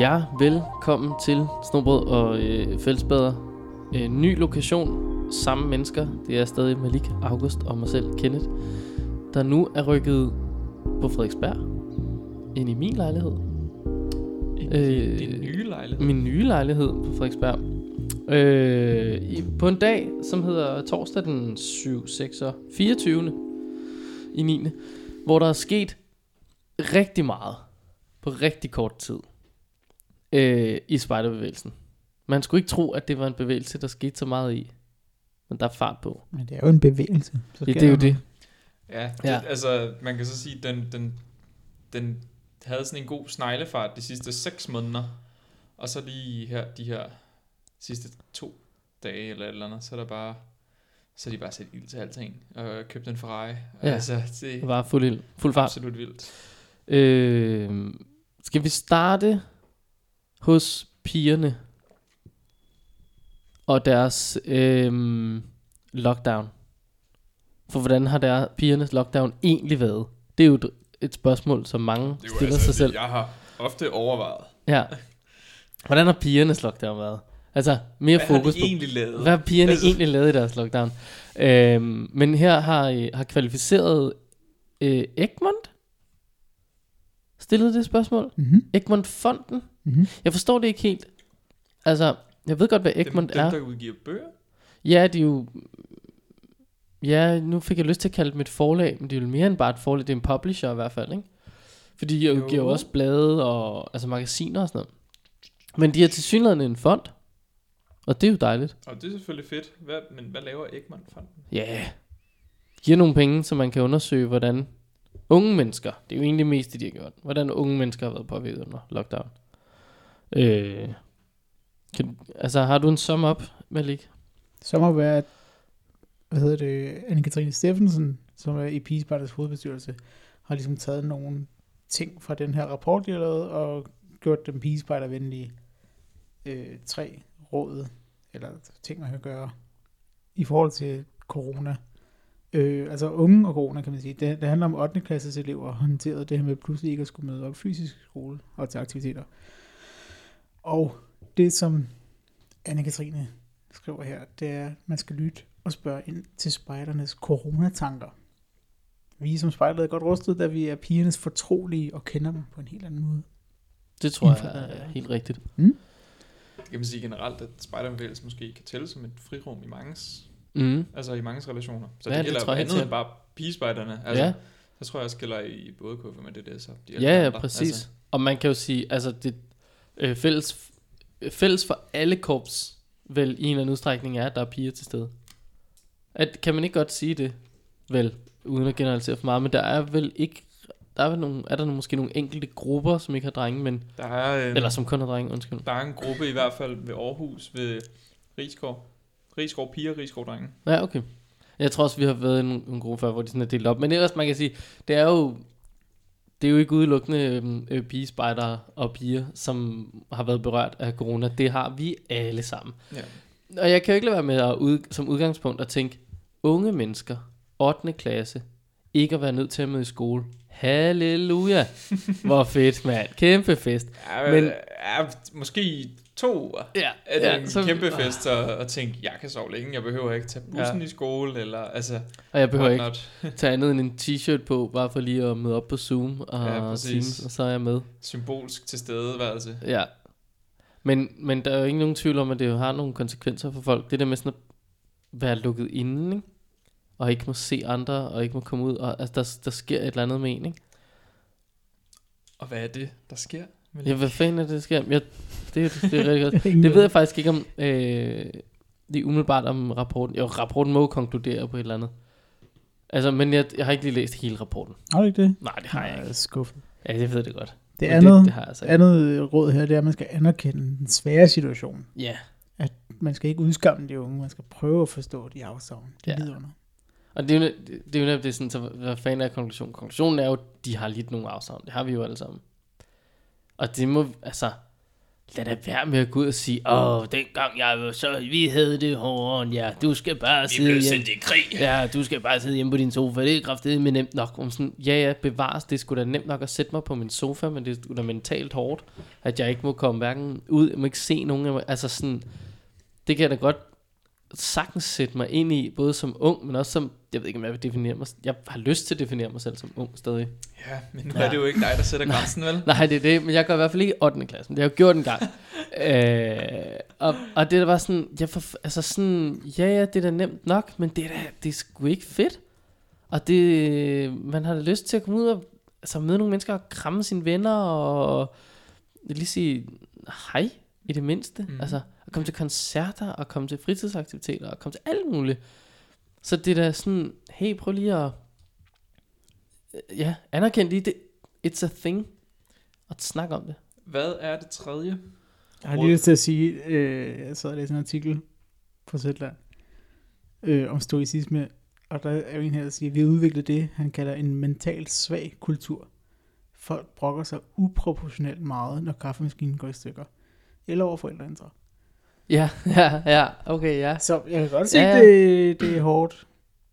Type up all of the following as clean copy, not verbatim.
Ja, velkommen til Snobrød og Fællesbader. Ny lokation, samme mennesker. Det er stadig Malik, August og mig selv, Kenneth, der nu er rykket på Frederiksberg ind i min lejlighed. Din nye lejlighed? Min nye lejlighed på Frederiksberg. På en dag, som hedder torsdag den 24. i 9. Hvor der er sket rigtig meget på rigtig kort tid i spejderbevægelsen. Man skulle ikke tro, at det var en bevægelse, der skete så meget i. Men der er fart på. Men det er jo en bevægelse. Så det er jo det. Ja, altså man kan så sige, den havde sådan en god sneglefart de sidste 6 måneder. Og så lige her, de her sidste 2 dage eller et eller andet, så er de bare sat ild til alting og købt en Ferrari. Ja, altså, det var fuld fart. Absolut vildt. Skal vi starte hos pigerne og deres lockdown? For hvordan har pigernes lockdown egentlig været? Det er jo et spørgsmål, som mange stiller sig selv. Jeg har ofte overvejet. Ja. Hvordan har pigernes lockdown været? Altså mere hvad fokus har de egentlig lavet? Hvad har pigerne egentlig lavet i deres lockdown? Men her har kvalificeret Egmont stillet det spørgsmål. Egmont Fonden. Jeg forstår det ikke helt. Altså, jeg ved godt, hvad Egmont er. Dem, der udgiver bøger? Ja, de er jo... Ja, nu fik jeg lyst til at kalde dem et forlag, men det er jo mere end bare et forlag. Det er en publisher i hvert fald, ikke? Fordi de udgiver jo også blade og altså magasiner og sådan noget. Men de har tilsyneladende en fond. Og det er jo dejligt. Og det er selvfølgelig fedt. Men hvad laver Egmont-fonden? Ja, giver nogle penge, så man kan undersøge, hvordan unge mennesker, det er jo egentlig mest det, de har gjort, hvordan unge mennesker har været påvirket under lockdown. Har du en sum up, Malik? Sum up er, Anne-Katrine Steffensen, som er i Pigespejdernes hovedbestyrelse, har ligesom taget nogle ting fra den her rapport, de har lavet, og gjort dem pigespejdervenlige 3 råd, eller ting, man kan gøre i forhold til corona. Altså unge og corona, kan man sige. Det handler om 8. klasses elever og håndteret det her med pludselig ikke at skulle møde op fysisk i skole og til aktiviteter. Og det, som Anne-Katrine skriver her, det er, at man skal lytte og spørge ind til spejdernes coronatanker. Vi som spejder er godt rustet, da vi er pigernes fortrolige og kender dem på en helt anden måde. Det tror jeg er helt rigtigt. Kan man sige generelt, at spejderbevægelsen måske kan tælle som et frirum i manges, altså i manges relationer. Så det gælder andet end bare pigespejderne. Altså, ja. Jeg tror jeg også gælder i både KF og DDS. Ja, præcis. Altså. Og man kan jo sige, altså det fælles for alle korps vel i en eller anden udstrækning er, at der er piger til stede. Kan man ikke godt sige det, vel, uden at generalisere for meget, men der er vel ikke, er der måske nogle enkelte grupper, som ikke har drenge, men der er, eller som kun har drenge, undskyld. Der er en gruppe i hvert fald ved Aarhus, ved Risskov piger, Risskov drenge. Ja, okay. Jeg tror også, vi har været i en gruppe før, hvor de sådan er delt op, men ellers man kan sige, det er jo ikke udelukkende pigespejder og piger, som har været berørt af corona. Det har vi alle sammen. Ja. Og jeg kan jo ikke lade være med som udgangspunkt at tænke, unge mennesker, 8. klasse, ikke at være nødt til at møde i skole. Halleluja. Hvor fedt, mand. Kæmpe fest. Men måske 2 uger. Er det en kæmpe fest at tænke, jeg kan sove længe, jeg behøver ikke tage bussen i skole, eller altså. Og jeg behøver ikke tage andet end en t-shirt på, bare for lige at møde op på Zoom og Teams, og så er jeg med. Symbolsk tilstedeværelse. Ja. Men der er jo ikke nogen tvivl om, at det jo har nogle konsekvenser for folk. Det der med sådan at være lukket inde, ikke? Og ikke må se andre, og ikke må komme ud, og altså, der sker et eller andet med en, ikke? Og hvad er det, der sker? Ja, hvad fanden er det, der sker? Det er rigtig godt. Det ved jeg faktisk ikke om, lige umiddelbart om rapporten. Jo, rapporten må konkludere på et eller andet. Altså, men jeg har ikke lige læst hele rapporten. Har du ikke det? Nej, det har jeg ikke. Skuffet. Ja, det ved det godt. Det andet råd her, det er, at man skal anerkende den svære situation. Ja. At man skal ikke udskamme de unge, man skal prøve at forstå de afsavn, de lider under. Og det er jo netop det sådan, så hvad fanden er konklusionen? Konklusionen er jo, at de har lidt nogle afsavn. Det har vi jo alle sammen. Og det må, altså, lad da være med at gå ud og sige, dengang vi havde det hårdere, ja, du skal bare sidde hjemme. Vi blev sendt i krig. Ja, du skal bare sidde hjemme på din sofa, det er kraftedeme nemt nok. Sådan, ja, bevares, det skulle da nemt nok at sætte mig på min sofa, men det er da mentalt hårdt, at jeg ikke må komme hverken ud, jeg må ikke se nogen, altså sådan, det kan jeg da godt sagtens sætte mig ind i, både som ung, men også som, jeg ved ikke, om jeg vil definere mig, jeg har lyst til at definere mig selv som ung stadig. Ja, men nu er det jo ikke dig, der sætter grænsen, vel? Nej, det er det, men jeg går i hvert fald ikke i 8. klasse, det har jeg jo gjort en gang. Og det der var sådan, det er da nemt nok, men det er sgu ikke fedt. Og man har da lyst til at komme ud og møde nogle mennesker og kramme sine venner, og lige sige hej i det mindste. Altså, at komme til koncerter, og komme til fritidsaktiviteter, og komme til alt muligt. Så det er da sådan, hey, prøv lige at anerkende lige det. It's a thing. Og snakke om det. Hvad er det tredje? Jeg har lige lyst til at sige, jeg sad og læste en artikel på Zetland om stoicisme, og der er jo en her, der siger, at vi har udviklet det, han kalder en mentalt svag kultur. Folk brokker sig uproportionelt meget, når kaffemaskinen går i stykker. Eller over forældreindre. Ja, okay, ja. Så jeg kan godt se, det er hårdt.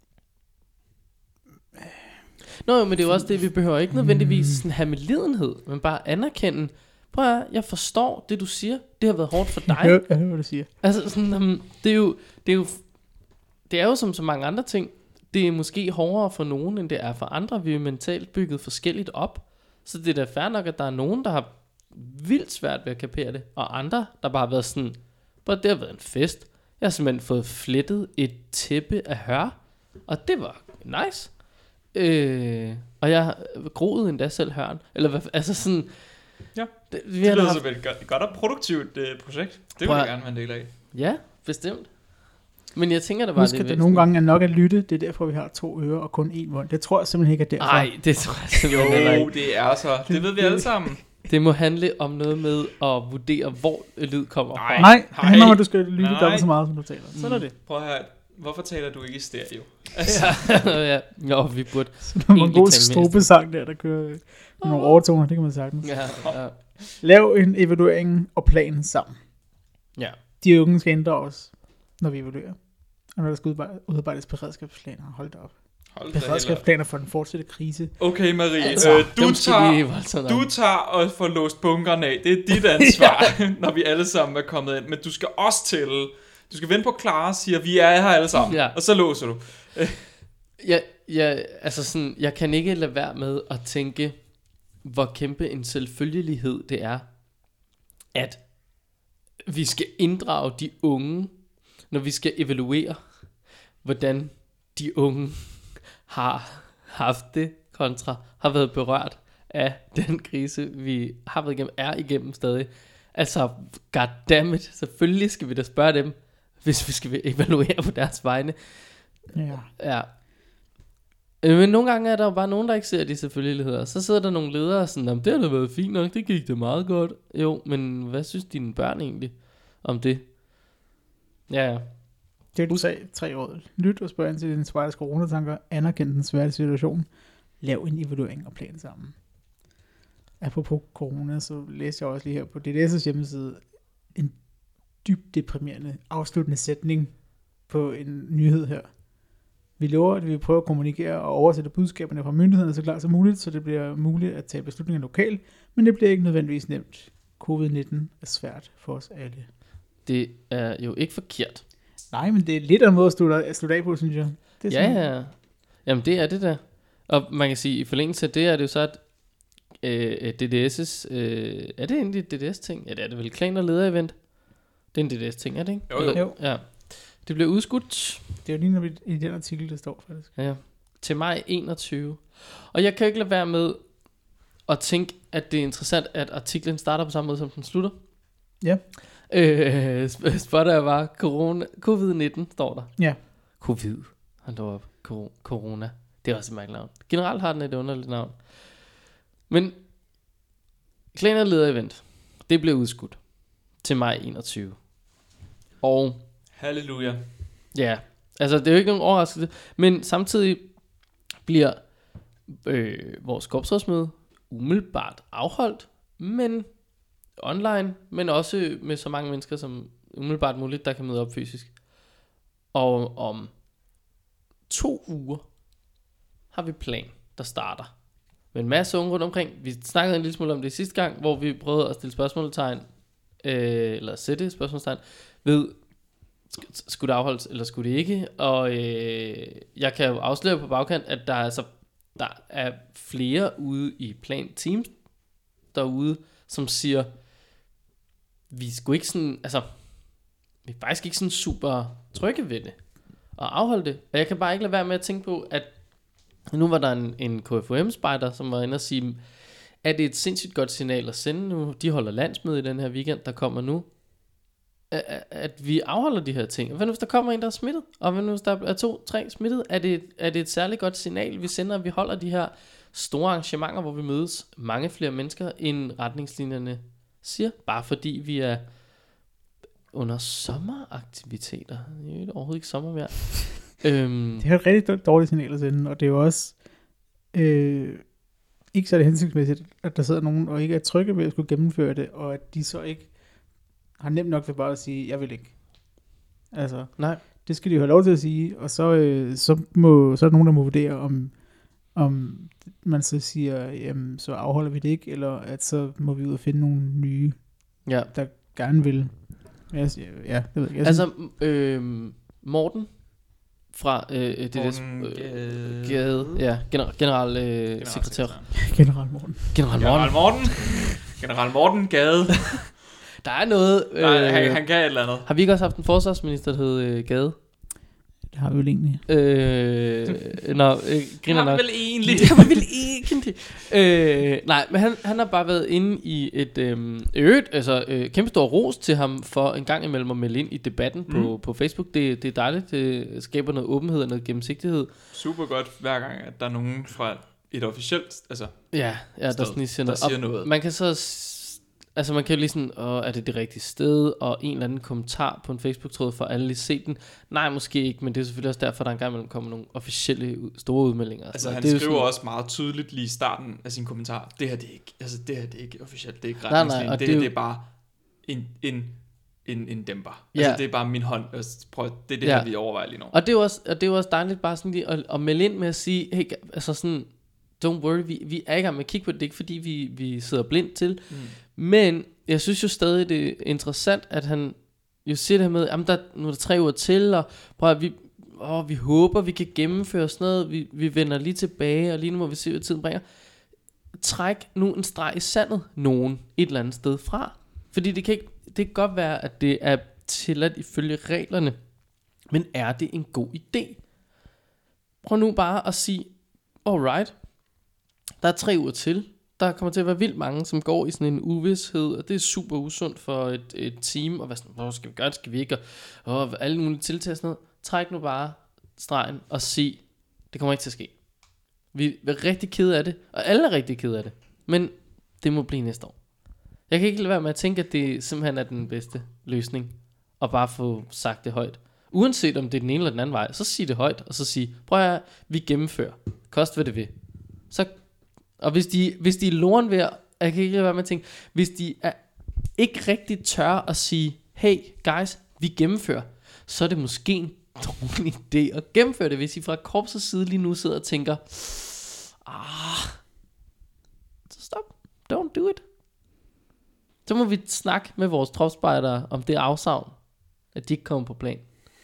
Nå, men det er jo også det, vi behøver ikke nødvendigvis sådan have medlidenhed, men bare anerkende, prøv at jeg forstår det, du siger, det har været hårdt for dig. Jeg hører, hvad du siger. Altså sådan, det er jo som så mange andre ting, det er måske hårdere for nogen, end det er for andre. Vi er mentalt bygget forskelligt op, så det er da fair nok, at der er nogen, der har vildt svært ved at kapere det, og andre, der bare har været sådan, det har været en fest. Jeg har simpelthen fået flettet et tæppe af hør, og det var nice. Og jeg groede endda selv høren. Eller hvad, altså sådan. Ja, det lyder så vel godt og produktivt projekt. Det vil jeg gerne være en del af. Ja, bestemt. Men jeg tænker, der var det nogle gange er nok at lytte. Det er derfor, vi har 2 ører og kun 1 mund. Det tror jeg simpelthen ikke er derfor. Nej, det tror jeg simpelthen heller ikke. Jo, det er så. Det ved vi alle sammen. Det må handle om noget med at vurdere, hvor lyd kommer fra. Nej, det handler om, at du skal lytte dobbelt så meget, som du taler. Sådan er det. Prøv at høre. Hvorfor taler du ikke i stereo? Altså. Ja, jo, vi burde. Så der er en god strobesang der kører nogle overtoner, det kan man sagtens. Ja. Lav en evaluering og plan sammen. Ja. De unge skal inddrages, når vi evaluerer. Og når der skal udarbejdes beredskabsplaner, hold da op. Beredskabsplaner for den fortsatte krise. Okay, Marie, du tager og får låst bunkerne af. Det er dit ansvar, når vi alle sammen er kommet ind. Men du skal også tælle. Du skal vente på Clara, siger, vi er her alle sammen, og så låser du. Altså sådan, jeg kan ikke lade være med at tænke, hvor kæmpe en selvfølgelighed det er, at vi skal inddrage de unge, når vi skal evaluere, hvordan de unge har haft det, kontra har været berørt af den krise, vi har været igennem, er igennem stadig. Altså, goddammit, selvfølgelig skal vi da spørge dem, hvis vi skal evaluere på deres vegne. Ja. Men nogle gange er der jo bare nogen, der ikke ser de selvfølgeligheder. Så sidder der nogle ledere og sådan, det har da været fint nok, det gik da meget godt. Jo, men hvad synes dine børn egentlig om det? Ja. Det er du sagde 3 råd. Lyt og spørg ind til dine svære coronatanker. Anerkend den svære situation. Lav en evaluering og plan sammen. Apropos corona, så læste jeg også lige her på DDS' hjemmeside en dybt deprimerende afsluttende sætning på en nyhed her. Vi lover, at vi vil prøve at kommunikere og oversætte budskaberne fra myndighederne så klart som muligt, så det bliver muligt at tage beslutninger lokalt, men det bliver ikke nødvendigvis nemt. Covid-19 er svært for os alle. Det er jo ikke forkert. Nej, men det er lidt af en måde at slutte af på, synes jeg. Det er ja. Jamen det er det der. Og man kan sige, i forlængelse af det er det jo så, at DDS' er det egentlig et DDS-ting? Ja, det er det vel. Klan- og leder-event. Det er en DDS-ting, er det ikke? Jo. Ja. Det blev udskudt. Det er jo lige i den artikel, der står faktisk. Ja. Til maj 21. Og jeg kan ikke lade være med at tænke, at det er interessant, at artiklen starter på samme måde, som den slutter. Ja. Spotter jeg bare Covid-19 står der. Ja. Covid. Han står op. Corona. Det er også et mærkeligt navn. Generelt har den et underligt navn. Men Klan- og leder-event, det blev udskudt til maj 21. Og halleluja. Ja, altså det er jo ikke nogen overraskelse, men samtidig bliver vores korpsrådsmøde umiddelbart afholdt, men online, men også med så mange mennesker som umiddelbart muligt, der kan møde op fysisk. Og om 2 uger har vi plan, der starter med en masse unge rundt omkring. Vi snakkede en lille smule om det sidste gang, hvor vi prøvede at stille spørgsmålstegn, eller sætte spørgsmålstegn ved, skulle det afholdes, eller skulle det ikke? Og jeg kan jo afsløre på bagkant, at der er flere ude i plan teams derude, som siger, vi er sgu ikke sådan, altså, vi er faktisk ikke sådan super trygge ved det, og afholde det. Og jeg kan bare ikke lade være med at tænke på, at nu var der en KFUM-spejder, som var inde og sige, er det et sindssygt godt signal at sende nu? De holder landsmøde i den her weekend, der kommer nu. At vi afholder de her ting. Hvad nu hvis der kommer en, der er smittet? Og hvad nu hvis der er 2-3 smittet? Er det et særligt godt signal, vi sender, at vi holder de her store arrangementer, hvor vi mødes mange flere mennesker, end retningslinjerne siger? Bare fordi vi er under sommeraktiviteter. Det er jo overhovedet ikke sommer mere. Det er et rigtig dårligt signal at sende, og det er jo også ikke så det hensigtsmæssigt, at der sidder nogen og ikke er trygge ved at skulle gennemføre det, og at de så ikke har nemt nok til bare at sige, jeg vil ikke. Altså, nej. Det skal de jo have lov til at sige, og så er der nogen, der må vurdere, om man så siger, jamen, så afholder vi det ikke, eller at så må vi ud og finde nogle nye, der gerne vil. Jeg siger, det ved jeg. Altså, Morten fra Gade, generalsekretær. General Morten Gade. Der er noget... han kan et eller andet. Har vi ikke også haft en forsvarsminister, der hed Gade? Det har vi vel egentlig. Griner nok. Vel egentlig. Det har vi vel egentlig. Nej, men han har bare været inde i et kæmpe stor ros til ham for en gang imellem at melde ind i debatten på Facebook. Det er dejligt. Det skaber noget åbenhed og noget gennemsigtighed. Super godt hver gang, at der er nogen fra et officielt der siger noget. Man kan så... Altså man kan jo lige sådan, er det rigtige sted, og en eller anden kommentar på en Facebook-tråd, for alle lige se den. Nej, måske ikke, men det er selvfølgelig også derfor, der engang imellem kommer nogle officielle store udmeldinger. Altså han skriver sådan, også meget tydeligt lige i starten af sin kommentar, det her det er ikke, det her det er ikke officielt, det er ikke retningslinje, det er bare en dæmper. Ja. Altså det er bare min hånd, prøv, det er det her, vi overvejer lige nu. Og det er jo også dejligt bare sådan lige at melde ind med at sige, hey, altså sådan, don't worry, vi er i gang med at kigge på det, det er ikke fordi vi sidder blindt til, men jeg synes jo stadig det er interessant, at han jo siger det her med, jamen nu er der 3 uger til, og prøv at vi håber vi kan gennemføre sådan noget, vi vender lige tilbage, og lige nu må vi se hvad tiden bringer. Træk nu en streg i sandet nogen et eller andet sted fra, fordi det kan godt være, at det er tilladt ifølge reglerne, men er det en god idé? Prøv nu bare at sige, alright, der er 3 uger til. Der kommer til at være vildt mange, som går i sådan en uvished, og det er super usundt for et team, og hvad sådan, hvor skal vi gøre det, skal vi ikke, og alle mulige tiltag og sådan noget. Træk nu bare stregen og sig, det kommer ikke til at ske. Vi er rigtig kede af det, og alle er rigtig kede af det, men det må blive næste år. Jeg kan ikke lade være med at tænke, at det simpelthen er den bedste løsning, at bare få sagt det højt. Uanset om det er den ene eller den anden vej, så sig det højt, og så sig, prøv at vi gennemfører, kost hvad det vil. Så og hvis de er loren ved, jeg kan ikke lade være med at tænke, hvis de er ikke rigtig tør at sige, hey guys, vi gennemfører, så er det måske en dårlig idé at gennemføre det. Hvis I fra korpsets side lige nu sidder og tænker, så stop, don't do it. Så må vi snakke med vores tropspejdere om det afsavn, at de ikke kommer på plan.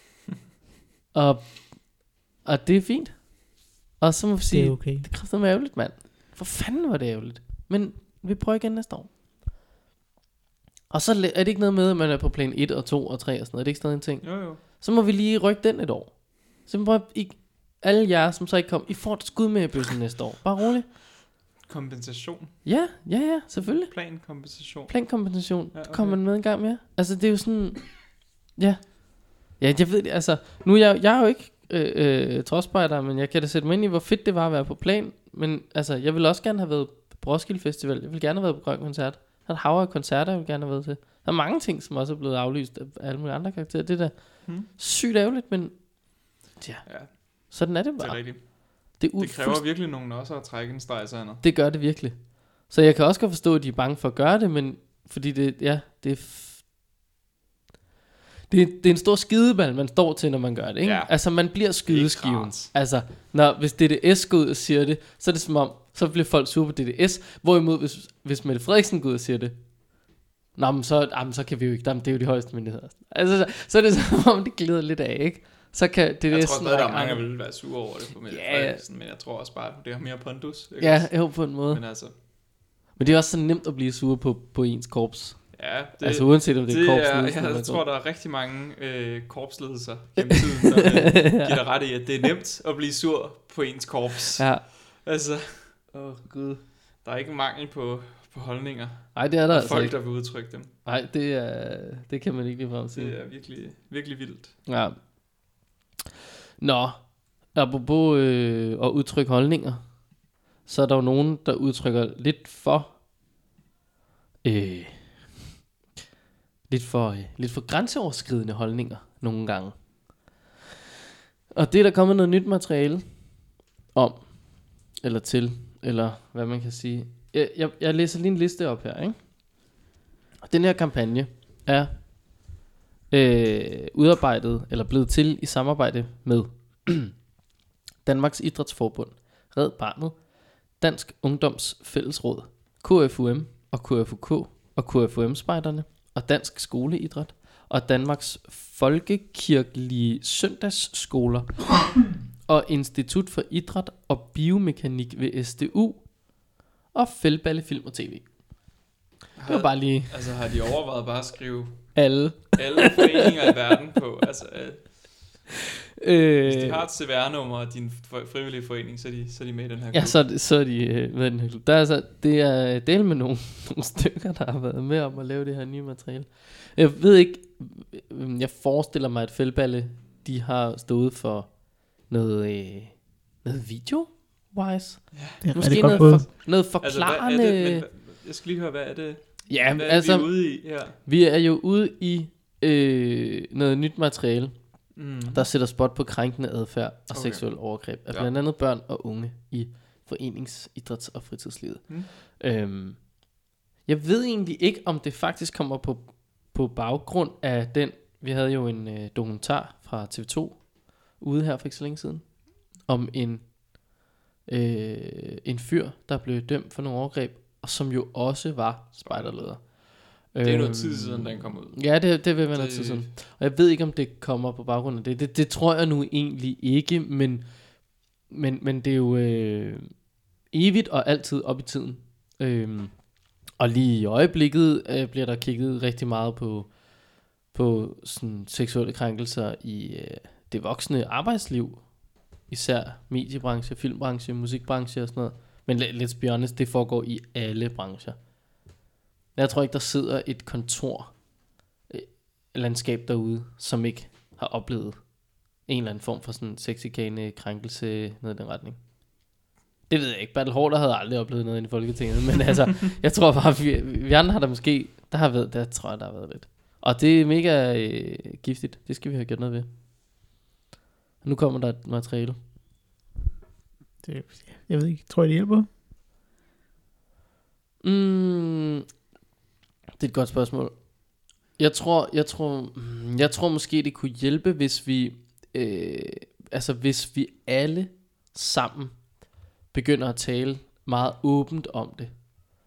og det er fint. Og så må vi sige, okay. Det er kraftedeme ærgerligt, mand. For fanden var det ærgerligt. Men vi prøver igen næste år. Og så er det ikke noget med, at man er på plan 1 og 2 og 3 og sådan noget. Er det ikke sådan en ting? Jo. Så må vi lige rykke den et år. Så prøver alle jer, som så ikke kom, I får et skud med i bøssen næste år. Bare roligt. Kompensation. Ja, selvfølgelig. Plankompensation. Ja, okay. Kommer man med en gang mere. Altså det er jo sådan. Ja, jeg ved det. Altså nu jeg er jo ikke trodsspejder, men jeg kan da sætte mig ind i, hvor fedt det var at være på plan. Men altså, jeg vil også gerne have været på Roskilde Festival. Jeg vil gerne have været på Grøn Koncert. Der er et hav af koncerter, jeg vil gerne have været til. Der er mange ting, som også er blevet aflyst af alle mulige andre karakterer. Det er da sygt ærgerligt, men ja. Sådan er det bare. Det er rigtigt. Det kræver virkelig nogen også at trække en streg i sandet. Det gør det virkelig. Så jeg kan også godt forstå, at de er bange for at gøre det, men fordi det er det er en stor skideball, man står til, når man gør det, ikke? Ja. Altså, man bliver skydeskiven. Altså, hvis DDS går ud og siger det, så er det som om, så bliver folk sure på DDS. Hvorimod, hvis Mette Frederiksen går ud og siger det, nå, men så kan vi jo ikke, det er jo de højeste myndigheder. Altså, så er det som om, det glider lidt af, ikke? Så kan DDS... Jeg tror stadig, der er mange, der vil være sure over det på Mette Frederiksen, men jeg tror også bare, det har mere pondus. Ikke? Ja, jo, på en måde. Men altså... Men det er også så nemt at blive sure på ens korps. Ja, det, altså uanset om det er korpsledelse. Jeg tror, der er rigtig mange korpsledelser gennem tiden, der giver dig ret i, at det er nemt at blive sur på ens korps. Ja. Altså, Gud. Der er ikke mangel på holdninger. Nej, det er der altså folk, ikke. der vil udtrykke dem. Nej, det kan man ikke lige frem sige. Det er virkelig, virkelig vildt. Ja. Nå, apropos at udtrykke holdninger, så er der jo nogen, der udtrykker lidt for grænseoverskridende holdninger nogle gange. Og det er der kommet noget nyt materiale om, eller til, eller hvad man kan sige. Jeg læser lige en liste op her, ikke? Den her kampagne er udarbejdet, eller blevet til i samarbejde med Danmarks Idrætsforbund, Red Barnet, Dansk Ungdoms Fællesråd, KFUM og KFUK og KFUM-spejderne, og Dansk Skoleidræt, og Danmarks Folkekirkelige Søndagsskoler, og Institut for Idræt og Biomekanik ved SDU, og Feldballe Film og TV. Det var bare lige... Altså har de overvejet bare at skrive alle foreninger i verden på? Altså, hvis de har et CVR-nummer og din frivillige forening, så er de med i den her klub. Ja, så er de med i den her klub. Det er del med nogle stykker, der har været med om at lave det her nye materiale. Jeg ved ikke, jeg forestiller mig, at Feldballe, de har stået for noget video-wise. Ja, måske noget forklarende... Altså, jeg skal lige høre, hvad er det? Ja, hvad altså, er vi ude i her? Vi er jo ude i noget nyt materiale, der sætter spot på krænkende adfærd og seksuel overgreb af blandt andet børn og unge i forenings-, idræts- og fritidslivet. Jeg ved egentlig ikke, om det faktisk kommer på baggrund af den. Vi havde jo en dokumentar fra TV2 ude her for ikke så længe siden om en fyr, der blev dømt for nogle overgreb, og som jo også var spejderleder. Det er noget tid siden, den kom ud. Ja, det vil være noget tid siden. Og jeg ved ikke, om det kommer på baggrund af det. Det tror jeg nu egentlig ikke, men det er jo evigt og altid op i tiden. Og lige i øjeblikket bliver der kigget rigtig meget på sådan seksuelle krænkelser i det voksne arbejdsliv. Især mediebranche, filmbranche, musikbranche og sådan noget. Men let's be honest, det foregår i alle brancher. Jeg tror ikke, der sidder et kontorlandskab derude, som ikke har oplevet en eller anden form for sådan sexikane krænkelse ned i den retning. Det ved jeg ikke. Bertel Haarder havde aldrig oplevet noget i Folketinget, men altså, jeg tror bare, vi andre har der måske, der tror jeg, der har været lidt. Og det er mega giftigt. Det skal vi have gjort noget ved. Og nu kommer der et materiale. Jeg ved ikke, tror jeg det hjælper? Det er et godt spørgsmål. Jeg tror måske det kunne hjælpe, hvis vi hvis vi alle sammen begynder at tale meget åbent om det.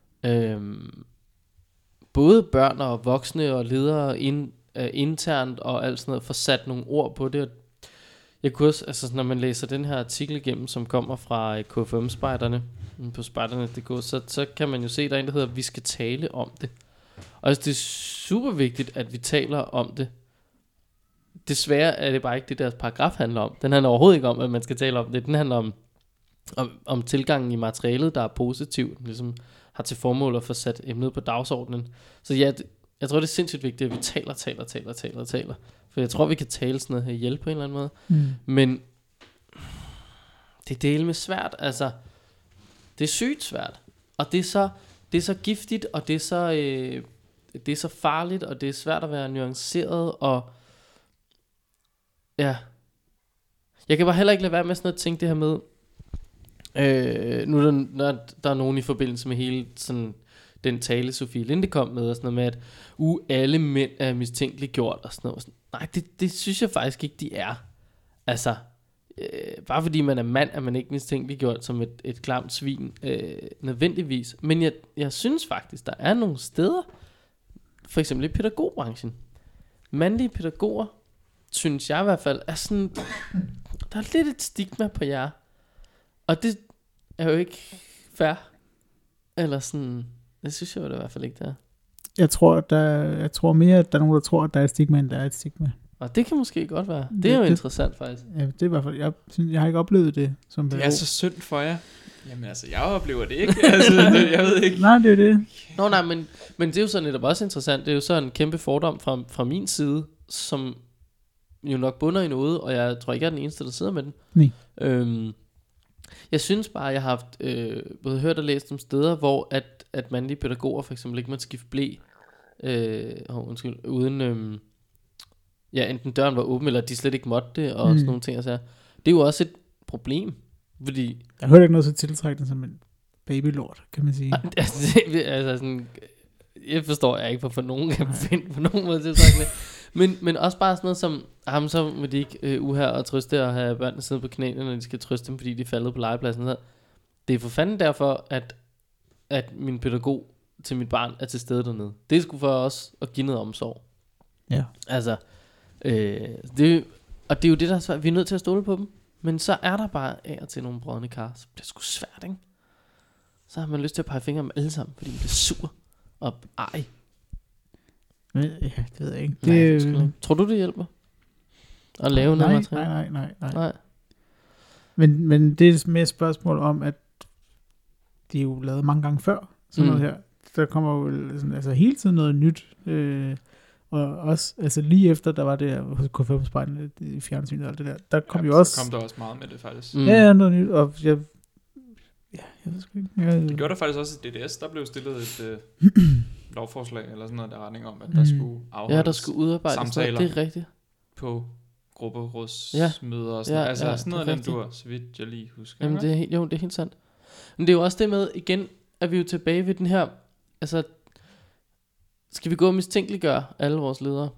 Både børn og voksne og ledere internt og alt sådan noget, får sat nogle ord på det. Jeg kunne også, altså når man læser den her artikel igennem, som kommer fra KFM-spejderne på spejderne.dk, så kan man jo se, der er en, der hedder, vi skal tale om det. Og altså, det er super vigtigt, at vi taler om det. Desværre er det bare ikke det, deres paragraf handler om. Den handler overhovedet ikke om, at man skal tale om det. Den handler om tilgangen i materialet, der er positiv, ligesom har til formål at få sat emnet på dagsordenen. Så ja, jeg tror, det er sindssygt vigtigt, at vi taler. For jeg tror, vi kan tale sådan noget her hjælp på en eller anden måde. Men det er delt med svært. Altså, det er sygt svært. Og det er så giftigt, og det er så farligt, og det er svært at være nuanceret, og ja. Jeg kan bare heller ikke lade være med sådan at tænke det her med, nu når der er nogen i forbindelse med hele sådan den tale, Sofie Linde kom med, og sådan noget med, at alle mænd er mistænkeliggjort, og sådan noget. Nej, det synes jeg faktisk ikke, de er. Altså, bare fordi man er mand, er man ikke mistænkeliggjort som et klamt svin, nødvendigvis. Men jeg synes faktisk, der er nogle steder, for eksempel i pædagogbranchen. Mandlige pædagoger, synes jeg i hvert fald, er sådan, der er lidt et stigma på jer. Og det er jo ikke fair. Eller sådan, det synes jeg jo i hvert fald ikke, det er. Jeg tror mere, at der er nogen, der tror, at der er et stigma, end der er et stigma. Og det kan måske godt være. Det er jo interessant faktisk. Ja, det er i hvert fald, jeg har ikke oplevet det som pædagog. Det er så synd for jer. Jamen altså, jeg oplever det ikke. Altså, jeg ved ikke. Nej, det er det. Nå nej, men det er jo så netop også interessant. Det er jo så en kæmpe fordom fra min side, som jo nok bunder i noget, og jeg tror ikke, jeg er den eneste, der sidder med den. Nej. Jeg synes bare, jeg har haft både hørt og læst om steder, hvor at mandlige pædagoger for eksempel ikke måtte skifte ble, uden enten døren var åben, eller de slet ikke måtte det, og sådan nogle ting. Altså. Det er jo også et problem, fordi... Jeg hørte ikke noget så tiltrækkende som en babylord, kan man sige. Altså sådan, jeg forstår jeg ikke, hvorfor nogen kan finde på nogen måde tiltrækkende. Men også bare sådan noget som, ham så må de ikke her og trøste og have børnene sidde på knæene, når de skal trøste dem, fordi de er faldet på legepladsen. Så det er for fanden derfor, at min pædagog til mit barn er til stede dernede. Det er sgu for os at give noget omsorg. Ja. Altså, og det er jo det, der er svært. Vi er nødt til at stole på dem. Men så er der bare af og til nogle brodne kar. Så bliver det sgu svært, ikke? Så har man lyst til at pege fingre med alle sammen, fordi man bliver sur og ej. Ja, det ved jeg ikke. Nej, tror du, det hjælper? At lave noget materiale? Nej. Men det er mere et spørgsmål om, at de er jo lavet mange gange før, sådan noget her. Der kommer jo sådan, altså hele tiden noget nyt. Og også, altså lige efter, der var det her K5-spejlene i fjernsynet og alt det der kom jo også... kom der også meget med det, faktisk. Ja, noget nyt, og jeg ved sgu ikke. Det gjorde der faktisk også i DDS, der blev stillet et lovforslag, eller sådan noget der retning om, at der skulle afholdes der skulle udarbejdes samtaler. Det er rigtigt. På grupperådsmøder og sådan noget. Altså sådan noget, den du så vidt jeg lige husker. Jamen det er helt sandt. Men det er jo også det med, igen, at vi er jo tilbage ved den her, altså, skal vi gå og mistænkeliggøre alle vores ledere?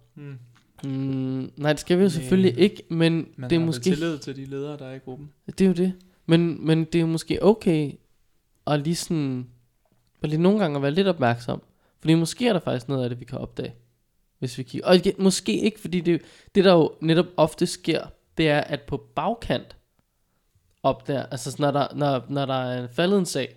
Nej, det skal vi jo selvfølgelig ikke, men det er måske... Man har tillid til de ledere, der er i gruppen. Det er jo det. Men det er jo måske okay at lige sådan, og lige nogle gange at være lidt opmærksom. Fordi måske er der faktisk noget af det, vi kan opdage, hvis vi kigger. Og igen, måske ikke, fordi det der jo netop ofte sker, det er, at på bagkant opdager, altså når der er faldet en sag,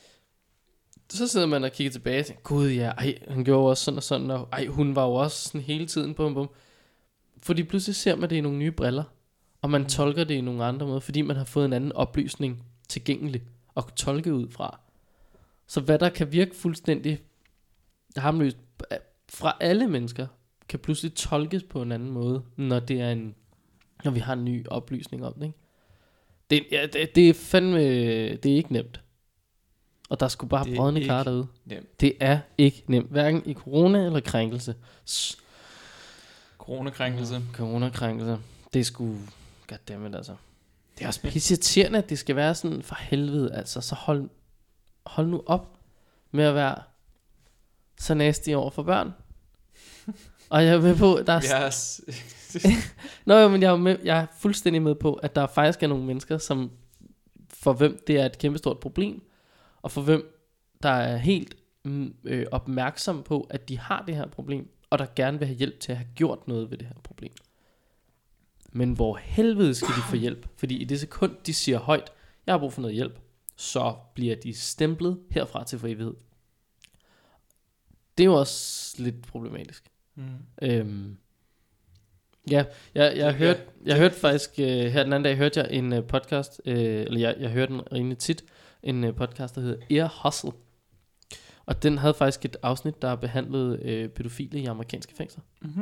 så sidder man og kigger tilbage og tænker, gud ja, hun gjorde også sådan og sådan, og hun var jo også sådan hele tiden, bum. Fordi pludselig ser man det i nogle nye briller, og man tolker det i nogle andre måder, fordi man har fået en anden oplysning tilgængelig og tolke ud fra. Så hvad der kan virke fuldstændig harmløst fra alle mennesker, kan pludselig tolkes på en anden måde, når det er når vi har en ny oplysning om det, ikke? Det er fandme, det er ikke nemt. Og der skulle bare brodne kar derude. Nemt. Det er ikke nemt, hverken i corona eller krænkelse. Coronakrænkelse. Det er sgu, goddammit altså. Det er også pisseirriterende, at det skal være sådan, for helvede altså. Så hold nu op med at være så nasty over for børn. Og jeg er med på, der er men jeg er fuldstændig med på, at der faktisk er nogle mennesker, som for hvem det er et kæmpestort problem, og for hvem der er helt opmærksom på, at de har det her problem, og der gerne vil have hjælp til at have gjort noget ved det her problem. Men hvor helvede skal de få hjælp? Fordi i det sekund, de siger højt, jeg har brug for noget hjælp, så bliver de stemplet herfra til for evighed. Det er jo også lidt problematisk. Jeg hørte faktisk her den anden dag hørte jeg en podcast, eller jeg hørte den rimelig tit, en podcast der hedder Ear Hustle, og den havde faktisk et afsnit der behandlede pædofile i amerikanske fængsler.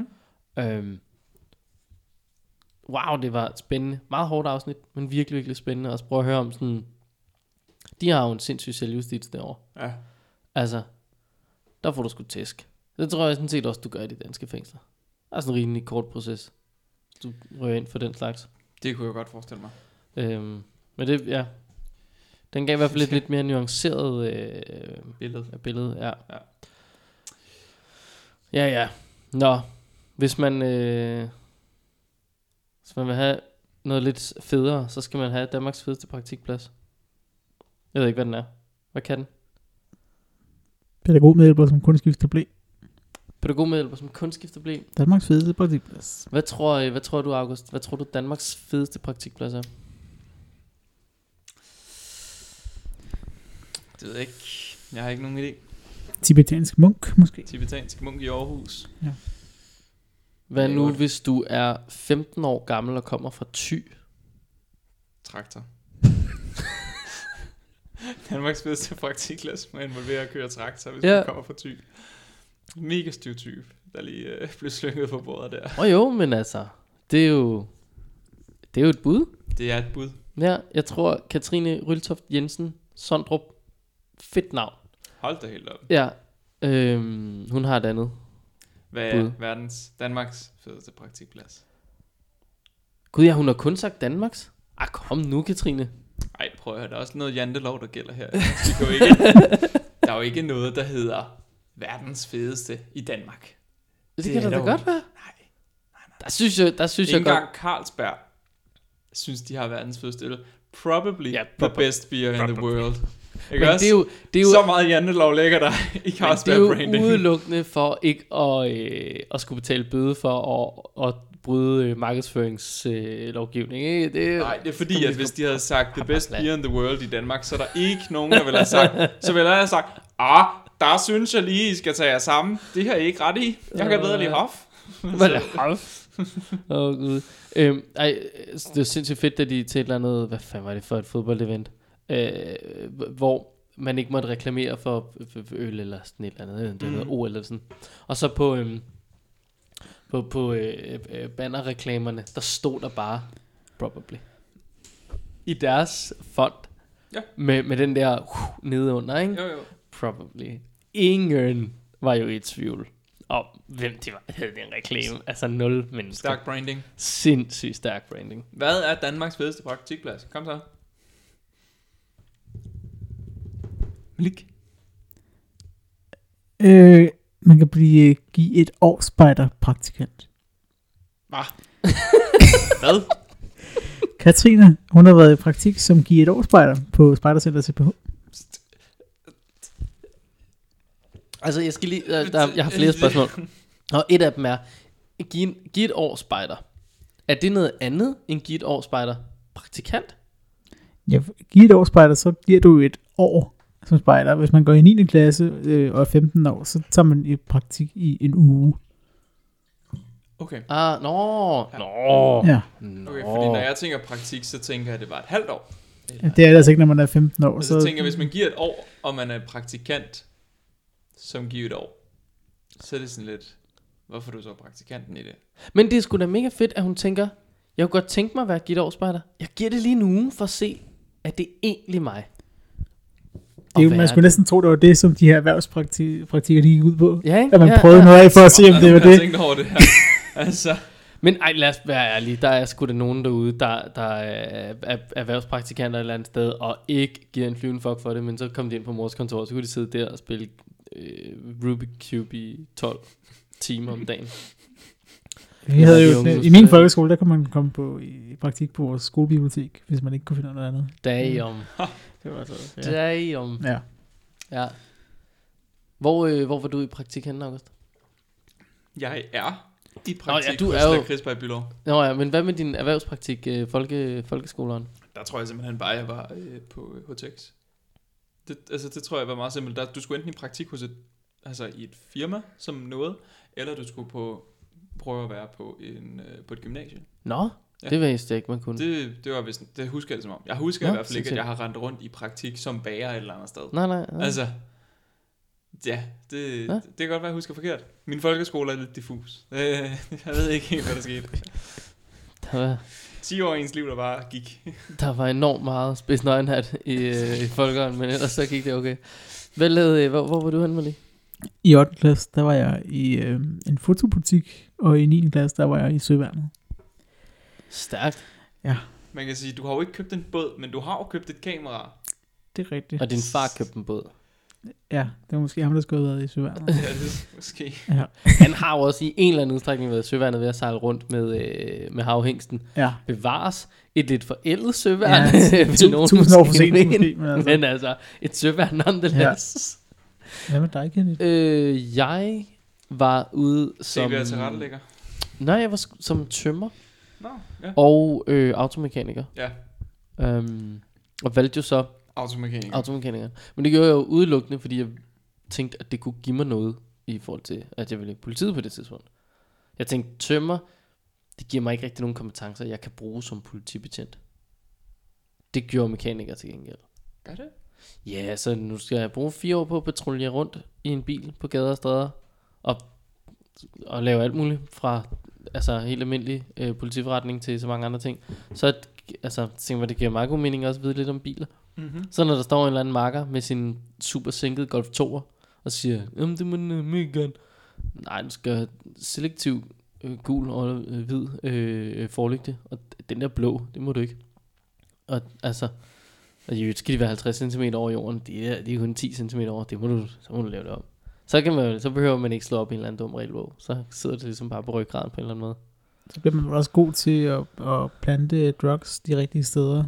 Wow, det var spændende, meget hårdt afsnit, men virkelig virkelig spændende. Og så prøve at høre om sådan, de har jo en sindssyg selvjustits derovre. Ja. Altså, der får du sgu tæsk. Det tror jeg sådan set også du gør i de danske fængsler. Det er sådan en rimelig kort proces, du rører ind for den slags. Det kunne jeg godt forestille mig. Men det, ja. Den gav i hvert fald et lidt mere nuanceret billede. Ja. Ja. Nå, hvis man vil have noget lidt federe, så skal man have Danmarks fedeste praktikplads. Jeg ved ikke, hvad den er. Hvad kan den? Pædagogmedhjælper, som kun skifter ble. Pædagogmedhjælper, som kun skifter ble. Danmarks fedeste praktikplads. Hvad tror du, August? Hvad tror du, Danmarks fedeste praktikplads er? Det ved jeg ikke. Jeg har ikke nogen idé. Tibetansk munk, måske. Tibetansk munk i Aarhus. Ja. Hvad nu, hvis du er 15 år gammel og kommer fra Thy? Traktor. Danmarks bedste praktikplads må involvere at køre traktor, hvis man kommer fra Thy. Mega stiv type, der lige blev slynget på bordet der. Jo, men altså, det er jo et bud. Det er et bud. Ja, jeg tror Katrine Ryltoft Jensen Sondrup, fedt navn. Hold da helt op. Ja, hun har et andet. Hvad er Danmarks fedeste praktikplads? Gud ja, hun har kun sagt Danmarks. Kom nu, Katrine. Ej, prøv at høre, der er også noget jantelov, der gælder her. Der er jo ikke noget, der hedder verdens fedeste i Danmark. Det kan da godt være. Nej. Der synes jeg godt. Ikke engang Carlsberg synes, de har verdens fedeste øl. Probably the best beer in the world. Ikke også? Det er jo så meget jantelov ligger der i Carlsberg branding. Det er jo udelukkende for ikke at skulle betale bøde for at bryde markedsføringslovgivning. Nej, det er fordi, at hvis de havde sagt the best beer in the world i Danmark, så er der ikke nogen, der ville have sagt. Så ville jeg have sagt, der synes jeg lige, I skal tage jer sammen. Det har I ikke ret i. Jeg kan bedre lide Hof. Hvad er Hof? Gud. Det er sindssygt fedt, at de til et eller andet, hvad fanden var det for et fodboldevent, hvor man ikke måtte reklamere for øl eller sådan et eller andet, det er noget OL eller sådan. Og så på bannerreklamerne, der stod der bare probably i deres font, med den der nede under, ikke? Jo. Probably. Ingen var jo i tvivl om hvem de havde den reklame. Altså 0 mennesker. Stærk branding. Sindssygt stærk branding. Hvad er Danmarks fedeste praktikplads? Kom så. Malik. Man kan give et års spejderpraktikant. Hvad? Katrine, hun har været i praktik som giver et års spejder på Spejdercenter CPH. Altså jeg skal lige jeg har flere spørgsmål. Og et af dem er give et års spejder. Er det noget andet end give et års spejder praktikant? Ja, give et års spejder, så giver du et år som spejder. Hvis man går i 9. klasse og er 15 år, så tager man i praktik i en uge. Okay. Ja. Okay, fordi når jeg tænker praktik, så tænker jeg, at det var et halvt år. Ja, det er altså ikke, når man er 15 år. Så tænker jeg, hvis man giver et år, og man er praktikant, som giver et år, så er det sådan lidt, hvorfor er du så praktikanten i det? Men det er sgu da mega fedt, at hun tænker, jeg kunne godt tænke mig at være givet årsspejder. Jeg giver det lige en uge for at se, at det er egentlig mig. Man skulle næsten tro, det var det, som de her erhvervspraktikker de gik ud på. Ja, ikke? At man prøvede noget af for at se, om det var det. Jeg tænkte over det her. Altså. Men lad os være ærlige. Der er sgu da nogen derude, der er erhvervspraktikanter et eller andet sted, og ikke giver en flyvende fuck for det, men så kom de ind på mors kontor, så kunne de sidde der og spille Rubik Cube i 12 timer om dagen. Vi havde jo, i min folkeskole, der kunne man komme i praktik på vores skolebibliotek, hvis man ikke kunne finde noget andet. Damn. Det var så. Ja. Damn. Ja. Hvor var du i praktik henne, August? Jeg er i praktik du hos er jo Chris Bylov. Nå ja, men hvad med din erhvervspraktik folkeskoleren? Der tror jeg simpelthen bare, jeg var på HTX. Det tror jeg var meget simpelt. Du skulle enten i praktik hos i et firma som noget, eller du skulle prøve at være på et gymnasie. Nå, ja. Det vidste jeg ikke, man kunne. Det var vist, det husker jeg det som om. Jeg husker i hvert fald ikke, at jeg har rendt rundt i praktik som bager et eller andet sted. Nej. Altså, ja, det kan godt være, jeg husker forkert. Min folkeskole er lidt diffus. Jeg ved ikke helt, hvad der skete. Der var 10 år i ens liv, der bare gik. Der var enormt meget spidsnøgenhat i folkeren, men ellers så gik det okay. Hvor var du henne, Malie? I 8. klasse, der var jeg i en fotobutik, og i 9. klasse, der var jeg i Søværnet. Stærkt. Ja. Man kan sige, du har jo ikke købt en båd, men du har jo købt et kamera. Det er rigtigt. Og din far købte en båd. Ja, det var måske ham, der skulle have været i søværnet. Ja, det er måske. Ja. Han har jo også i en eller anden udstrækning været i søværnet ved at sejle rundt med havhængsten. Ja. Bevares et lidt forældet søværn. Ja, 1000 år for sent måske. Men altså, et søværn nonetheless. Hvad med dig, Kenneth? Jeg var ude som... CV'er til rettelægger. Nej, jeg var som tømrer. Nå, ja. Og automekaniker. Ja. Og valgte jo så automekaniker. Men det gjorde jeg jo udelukkende, fordi jeg tænkte, at det kunne give mig noget i forhold til, at jeg ville i politiet på det tidspunkt. Jeg tænkte, tømrer, det giver mig ikke rigtig nogen kompetencer, jeg kan bruge som politibetjent. Det gjorde mekaniker til gengæld. Gør det? Ja, så nu skal jeg bruge 4 år på at patruljere rundt i en bil på gader og stræder og lave alt muligt fra altså helt almindelig politiforretning til så mange andre ting. Så tænker jeg, det giver meget god mening også at vide lidt om biler. Mm-hmm. Så når der står en eller anden marker med sin super sænkede Golf 2'er og siger, jamen det må den mega gerne. Nej, du skal have selektiv gul og hvid forlygte, og den der blå, det må du ikke. Og altså, og skal de være 50 cm over jorden, det er kun 10 cm over, så må du lave det om. Så behøver man ikke slå op i en eller anden dum regelbog. Så sidder det ligesom bare på ryggraden på en eller anden måde. Så bliver man også god til at plante drugs de rigtige steder.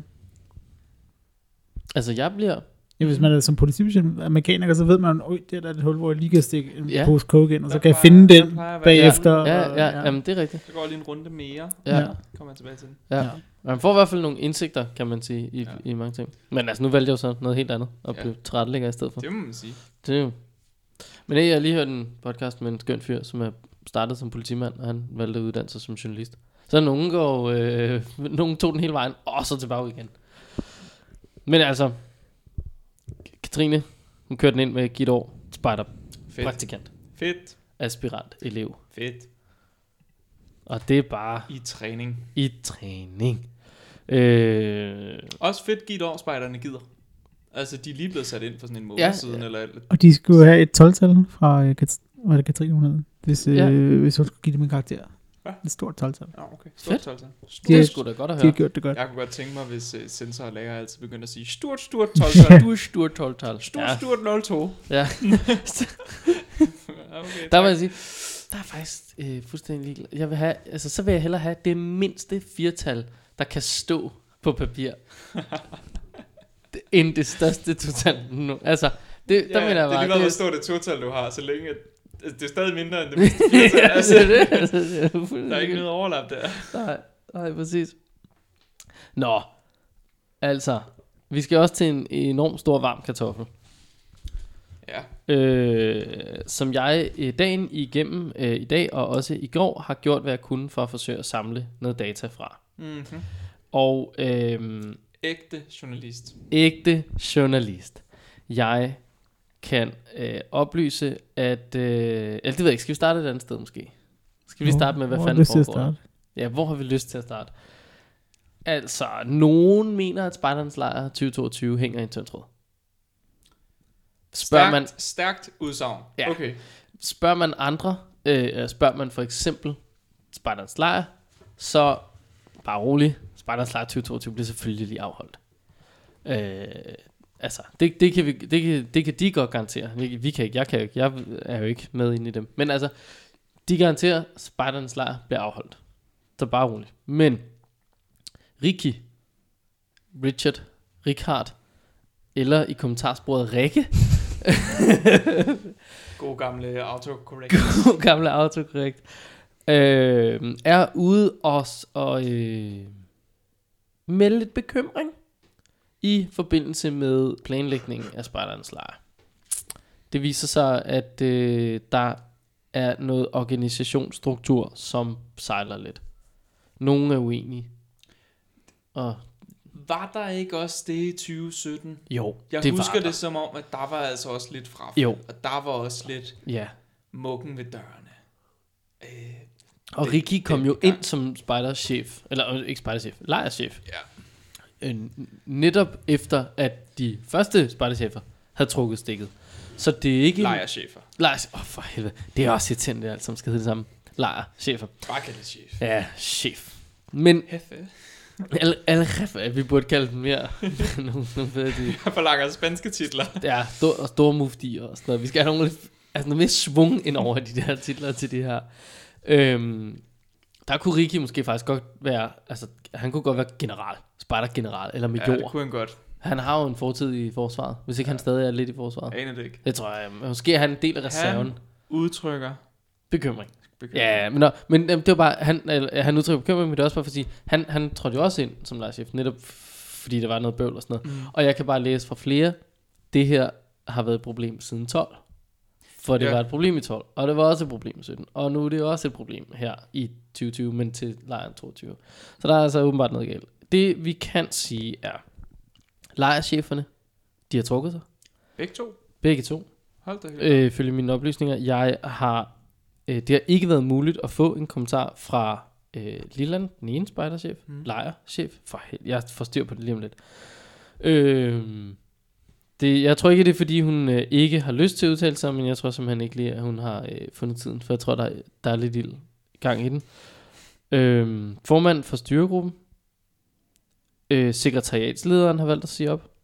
Altså jeg bliver... Ja, hvis man er som politibetjent mekaniker, så ved man, det er et hul, hvor jeg lige kan stikke en pose coke ind, og så kan jeg finde den bagefter. Ja, jamen det er rigtigt. Så går lige en runde mere, kommer jeg tilbage til den. Ja. Man får i hvert fald nogle indsigter, kan man sige, i mange ting. Men altså nu valgte jeg jo så noget helt andet, og blev tilrettelægger i stedet for. Det må man sige. Det er jo. Men jeg har lige hørt en podcast med en skøn fyr, som er startet som politimand, og han valgte at uddanne sig som journalist. Så nogen tog den hele vejen, og så tilbage igen. Men altså, Katrine, hun kørte den ind med Gitte år, spejder, praktikant. Fedt. Aspirant, elev. Fedt. Og det er bare... I træning. Også fedt, Gitte år, spejderne gider. Altså, de er lige blevet sat ind for sådan en måned siden. Eller... Og de skulle have et 12-tal fra, var det Katrine, hun hed? Hvis hun skulle give dem en karakter. Ja. Et stort 12-tal. Ja, okay. Stort 12-tal. Det skulle da godt at høre. De har gjort det godt. Jeg kunne godt tænke mig, hvis sensor og lærer altid begynder at sige stort 12-tal. Stort 12-tal. Stort 02. Ja. Okay, der må jeg sige, der er faktisk fuldstændig ligeglad. Så vil jeg hellere have det mindste 4-tal, der kan stå på papir, end det største total nu. Altså, der mener jeg bare... Det er lige meget, hvor stort det total du har, så længe... det er stadig mindre end det mindste 4-tal. Altså, der er ikke noget overlap der. Nej, præcis. Nå, altså, vi skal også til en enorm stor varm kartoffel. Ja. Som jeg dagen igennem i dag og også i går har gjort, hvad jeg kunne for at forsøge at samle noget data fra. Mm-hmm. Og ægte journalist. Jeg kan oplyse at det ved jeg ikke, skal vi starte et andet sted måske? Skal vi starte med hvad fanden foregår? Ja, hvor har vi lyst til at starte? Altså, nogen mener at Spejdernes Lejr 2022 hænger i en tynd tråd. Stærkt udsagn. Ja. Okay. Spørger man andre, spørger man for eksempel Spejdernes Lejr, så bare rolig, Spejdernes Lejr 2022 bliver selvfølgelig lige afholdt. Altså, det kan de godt garantere. Vi kan ikke, jeg kan ikke, jeg er jo ikke med inde i dem. Men altså, de garanterer, at Spejdernes Lejr bliver afholdt. Så bare rolig. Men Richard, eller i kommentarsporet Rikke, God gamle autocorrect. Er ude og melde lidt bekymring i forbindelse med planlægningen af Spejdernes Lejr. Det viser sig, at der er noget organisationsstruktur, som sejler lidt. Nogle er uenige. Og var der ikke også det i 2017? Jo, jeg husker det som om, at der var altså også lidt frafald. Jo. Og der var også lidt mukken ved dørene. Og Ricky kom jo ind som spejderchef, eller ikke spejderchef, lejrchef. Ja. Netop efter, at de første spejderchefer havde trukket stikket. Så det er ikke... Lejrchefer. For helvede. Det er også irriterende, alt som skal hedde det samme. Lejrchefer. Bare kalde det chef. Ja, chef. Men... vi burde kalde dem mere. nogle fede de. Jeg forlanger spanske titler. Ja, store muftier og sådan noget. Vi skal have noget mere svung ind over de der titler til de her. Der kunne Ricky måske faktisk godt være, altså han kunne godt være general, spejdergeneral eller major. Ja, det kunne han godt. Han har jo en fortid i forsvaret, hvis ikke han stadig er lidt i forsvaret. Aner det ikke. Det tror jeg. Måske er han en del af reserven. Han udtrykker bekymring. Ja, men det var bare, han udtrykker bekymring, men det er også bare for at sige, han trådte jo også ind som lejrchef, netop fordi der var noget bøvl og sådan noget. Og jeg kan bare læse fra flere, det her har været et problem siden 12. For det var et problem i 12, og det var også et problem i 17. Og nu er det også et problem her i 2020, men til lejren 22. Så der er altså åbenbart noget galt. Det vi kan sige er, lejrcheferne, de har trukket sig. Begge to. Hold da. Følge mine oplysninger. Det har ikke været muligt at få en kommentar fra Lilland, den ene spejderchef, lejrchef. Jeg får styr på det lige om lidt. Jeg tror ikke, det er fordi hun ikke har lyst til at udtale sig, men jeg tror simpelthen ikke lige, at hun har fundet tiden, for jeg tror, der er lidt ild gang i den. Formand for styregruppen, sekretariatslederen har valgt at sige op.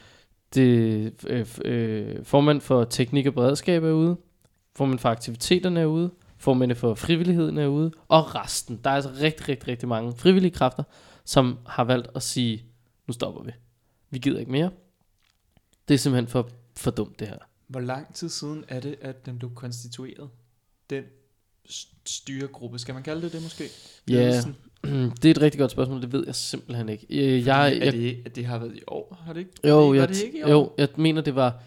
Formand for teknik og beredskab er ude. Formand for aktiviteterne er ude. Formand for frivilligheden er ude. Og resten, der er altså rigtig, rigtig, rigtig mange frivillige kræfter, som har valgt at sige, nu stopper vi. Vi gider ikke mere. Det er simpelthen for dumt det her. Hvor lang tid siden er det, at den blev konstitueret? Den styregruppe, skal man kalde det måske? Ja, det er et rigtig godt spørgsmål, det ved jeg simpelthen ikke. Det har været i år, har det ikke? Jo, jeg mener det var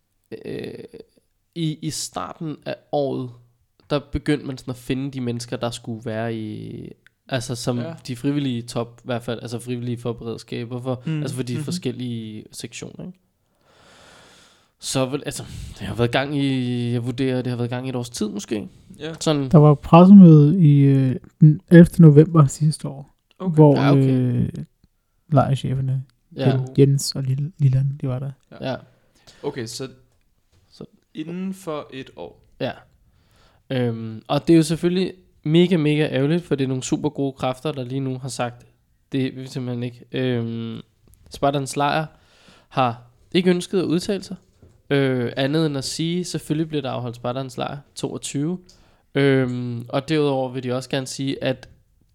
i starten af året, der begyndte man sådan at finde de mennesker, der skulle være i, altså som de frivillige top, i hvert fald, altså frivillige forberedskaber, altså for de forskellige sektioner, ikke? Så altså, det har været gang i, jeg vurderer, det har været gang i et års tid måske. Ja. Sådan. Der var pressemøde i den 11. november sidste år, hvor lejrcheferne, Jens og Lilland, de var der. Ja. Okay, så inden for et år. Ja. Og det er jo selvfølgelig mega, mega ærgerligt, for det er nogle super gode kræfter, der lige nu har sagt, det vil vi simpelthen ikke. Spartans lejr har ikke ønsket at udtale sig. Andet end at sige, selvfølgelig bliver der afholdt Spartans lejr 22. Og derudover vil de også gerne sige, at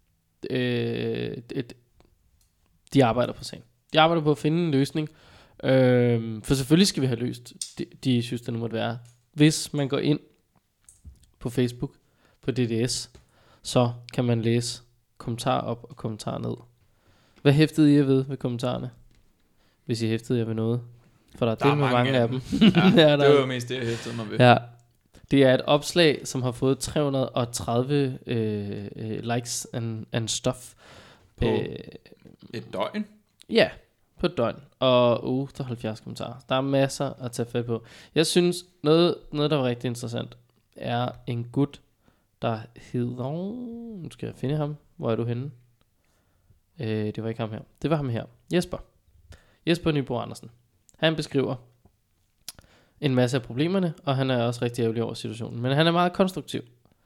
de arbejder på sagen. De arbejder på at finde en løsning. For selvfølgelig skal vi have løst de synes, der nu måtte være. Hvis man går ind på Facebook, på DDS, så kan man læse kommentar op og kommentar ned. Hvad hæftede I ved kommentarerne? Hvis I hæftede jer ved noget. For der er mange af dem. Ja, det var jo mest det, jeg hæftede mig ved. Ja. Det er et opslag, som har fået 330 likes and stuff. På et døgn? Ja, på et døgn. Og 78 kommentarer. Der er masser at tage fat på. Jeg synes, noget der var rigtig interessant, er en gut, der hedder... Nu skal jeg finde ham. Hvor er du henne? Det var ikke ham her. Det var ham her. Jesper Nybo Andersen. Han beskriver en masse af problemerne, og han er også rigtig ærgerlig over situationen. Men han er meget konstruktiv.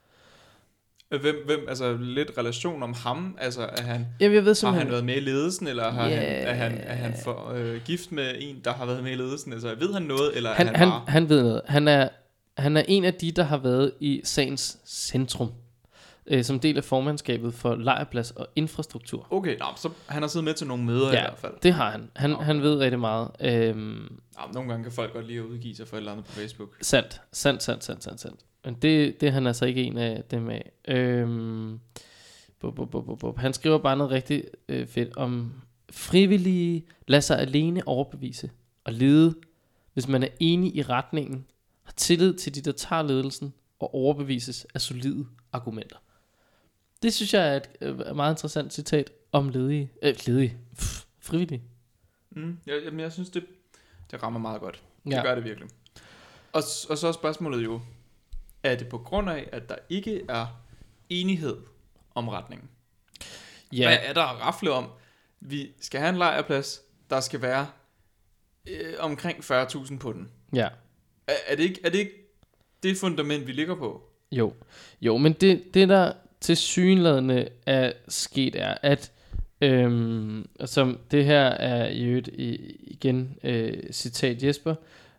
Hvem altså lidt relation om ham? Altså er han, jeg ved har han været med i ledelsen, eller er han for gift med en, der har været med i ledelsen? Altså ved han noget, eller han ved noget. Han er en af de, der har været i sagens centrum. Som del af formandskabet for lejrplads og infrastruktur. Okay, så han har siddet med til nogle møder i hvert fald. Det har han. Han ved rigtig meget. Nogle gange kan folk godt lide at udgive sig for et eller andet på Facebook. Sandt. Men det er han altså ikke en af dem af. Han skriver bare noget rigtig fedt om frivillige lader sig alene overbevise og lede, hvis man er enig i retningen, har tillid til de, der tager ledelsen og overbevises af solide argumenter. Det synes jeg er et meget interessant citat om frivillige. Jamen jeg synes det rammer meget godt. Det gør det virkelig. Og så er spørgsmålet jo, er det på grund af, at der ikke er enighed om retningen? Ja. Hvad er der at rafle om? Vi skal have en lejrplads, der skal være omkring 40.000 på den. Ja. Er det ikke det fundament, vi ligger på? Jo, men det der tilsyneladende er sket er, at Som det her er i øvrigt igen citat Jesper,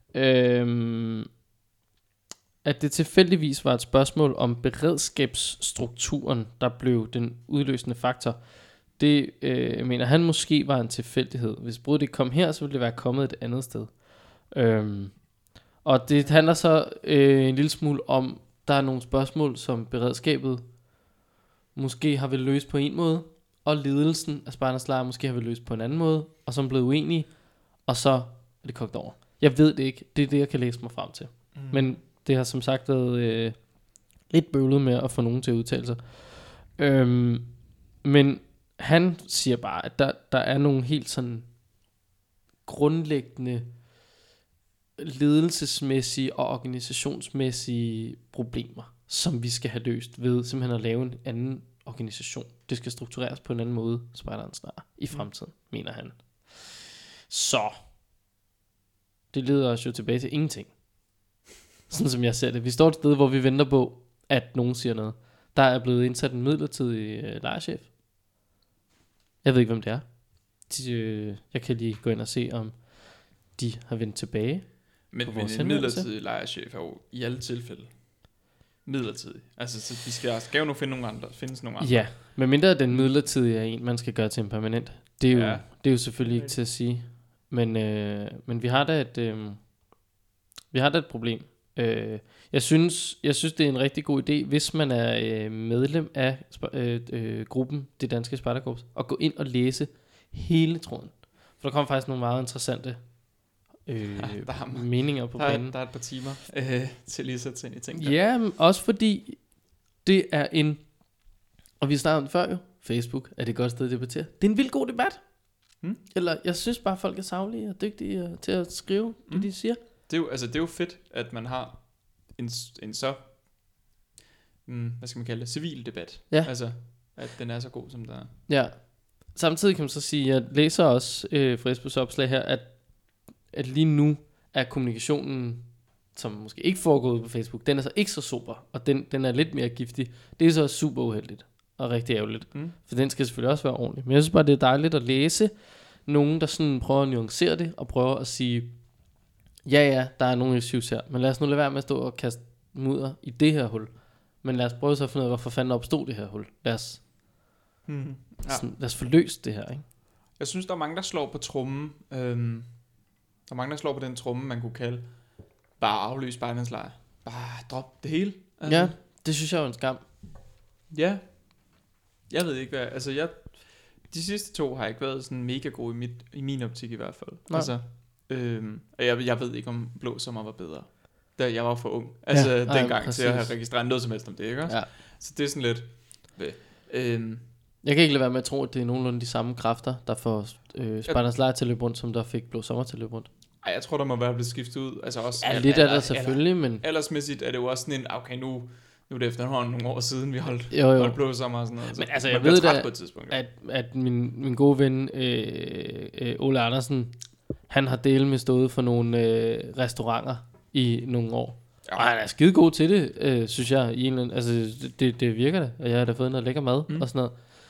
at det tilfældigvis var et spørgsmål om beredskabsstrukturen, der blev den udløsende faktor. Det mener han måske var en tilfældighed. Hvis bruddet ikke kom her, så ville det være kommet et andet sted. Og det handler så en lille smule om, der er nogle spørgsmål, som beredskabet måske har vel løst på en måde, og ledelsen af Spartans Lejr måske har vel løst på en anden måde, og så er blevet uenige, og så er det kogt over. Jeg ved det ikke. Det er det, jeg kan læse mig frem til. Men det har som sagt været lidt bøvlet med at få nogen til at udtale sig. Men han siger bare, at der er nogle helt sådan grundlæggende ledelsesmæssige og organisationsmæssige problemer, som vi skal have løst ved simpelthen at lave en anden organisation. Det skal struktureres på en anden måde, Spartans Lejr, i fremtiden, mener han. Så det leder os jo tilbage til ingenting. Sådan som jeg ser det. Vi står et sted, hvor vi venter på, at nogen siger noget. Der er blevet indsat en midlertidig lejrchef. Jeg ved ikke, hvem det er. Jeg kan lige gå ind og se, om de har vendt tilbage. Men en midlertidig lejrchef er jo i alle tilfælde midlertidig. Altså, så vi skal jo nu findes nogle andre. Ja, men mindre den midlertidige er en, man skal gøre til en permanent. Det er jo selvfølgelig ikke til at sige. Men vi har da et problem. Jeg synes det er en rigtig god idé, hvis man er medlem af gruppen Det Danske Spartakorps, at gå ind og læse hele tråden. For der kommer faktisk nogle meget interessante meninger på banen. Der er et par timer til lige at sætte sig ind i ting. Ja, men også fordi det er og vi snakkede om det før jo, Facebook er det et godt sted at debattere. Det er en vildt god debat. Eller jeg synes bare, folk er saglige og dygtige til at skrive det, de siger. Det er jo fedt, at man har en så, hvad skal man kalde det, civil debat. Ja. Altså, at den er så god, som der er. Ja. Samtidig kan man så sige, jeg læser også fra Esbos opslag her, at lige nu er kommunikationen, som måske ikke foregået på Facebook, den er så ikke så super, og den er lidt mere giftig. Det er så super uheldigt og rigtig ærgerligt, for den skal selvfølgelig også være ordentlig. Men jeg synes bare, det er dejligt at læse nogen, der sådan prøver at nuancere det, og prøver at sige, ja, der er nogle issues her, men lad os nu lade være med at stå og kaste mudder i det her hul. Men lad os prøve så at finde ud af, hvorfor fanden opstod det her hul. Lad os få løst det her, ikke? Jeg synes, der er mange, der slår på trommen. Der er mange, der slår på den tromme, man kunne kalde bare afløse Spartans Lejr. Bare drop det hele. Altså. Ja, det synes jeg er en skam. Ja. Jeg ved ikke hvad. Altså, de sidste 2 har ikke været sådan mega gode i min optik i hvert fald. Nej. Altså, jeg ved ikke, om Blå Sommer var bedre. Da jeg var for ung. Altså, dengang til at have registreret noget som helst om det, ikke også? Ja. Så det er sådan lidt... Jeg kan ikke lade være med at tro, at det er nogenlunde de samme kræfter, der får Spartans Lejr til at løbe rundt, som der fik Blå Sommer til at løbe rundt. Ej, jeg tror, der må være blevet skiftet ud. Altså også, ja, lidt er der selvfølgelig, men... Aldersmæssigt er det jo også sådan en, okay, nu er det efterhånden nogle år siden, vi holdt Blå Sommer og sådan noget. Men altså, jeg ved da, at min gode ven, Ole Andersen, han har delt med stået for nogle restauranter i nogle år. Ja. Og han er skide god til det, synes jeg. Altså, det virker det, og jeg har da fået noget lækker mad og sådan noget.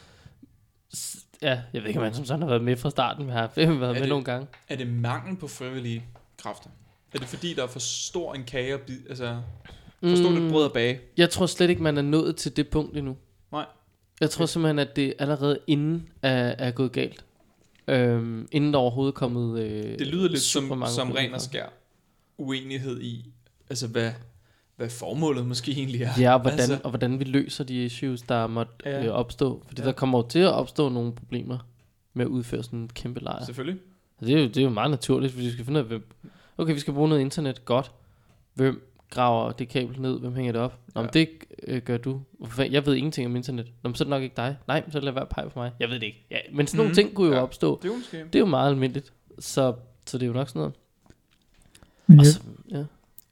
Ja, jeg ved ikke, om han som sådan har været med fra starten, men har været med nogle gange. Er det mangel på frivillige kræfter? Er det fordi, der er for stor en kage altså for stort et brød at bage? Jeg tror slet ikke, man er nået til det punkt endnu. Nej. Jeg tror simpelthen, at det allerede inden er gået galt. Inden der overhovedet er kommet det lyder lidt som ren og skær uenighed i, altså hvad formålet måske egentlig er. Ja, og hvordan vi løser de issues, der måtte opstå. Fordi der kommer jo til at opstå nogle problemer med at udføre sådan en kæmpe lejr. Selvfølgelig. Det er jo meget naturligt, fordi vi skal finde ud af, vi skal bruge noget internet, godt. Hvem graver det kabel ned? Hvem hænger det op? Nå, det gør du. Jeg ved ingenting om internet. Nå, så er det nok ikke dig. Nej, så lad være pege for mig. Jeg ved det ikke. Ja, men sådan nogle ting kunne jo opstå. Det er jo meget almindeligt. Så det er jo nok sådan noget. Men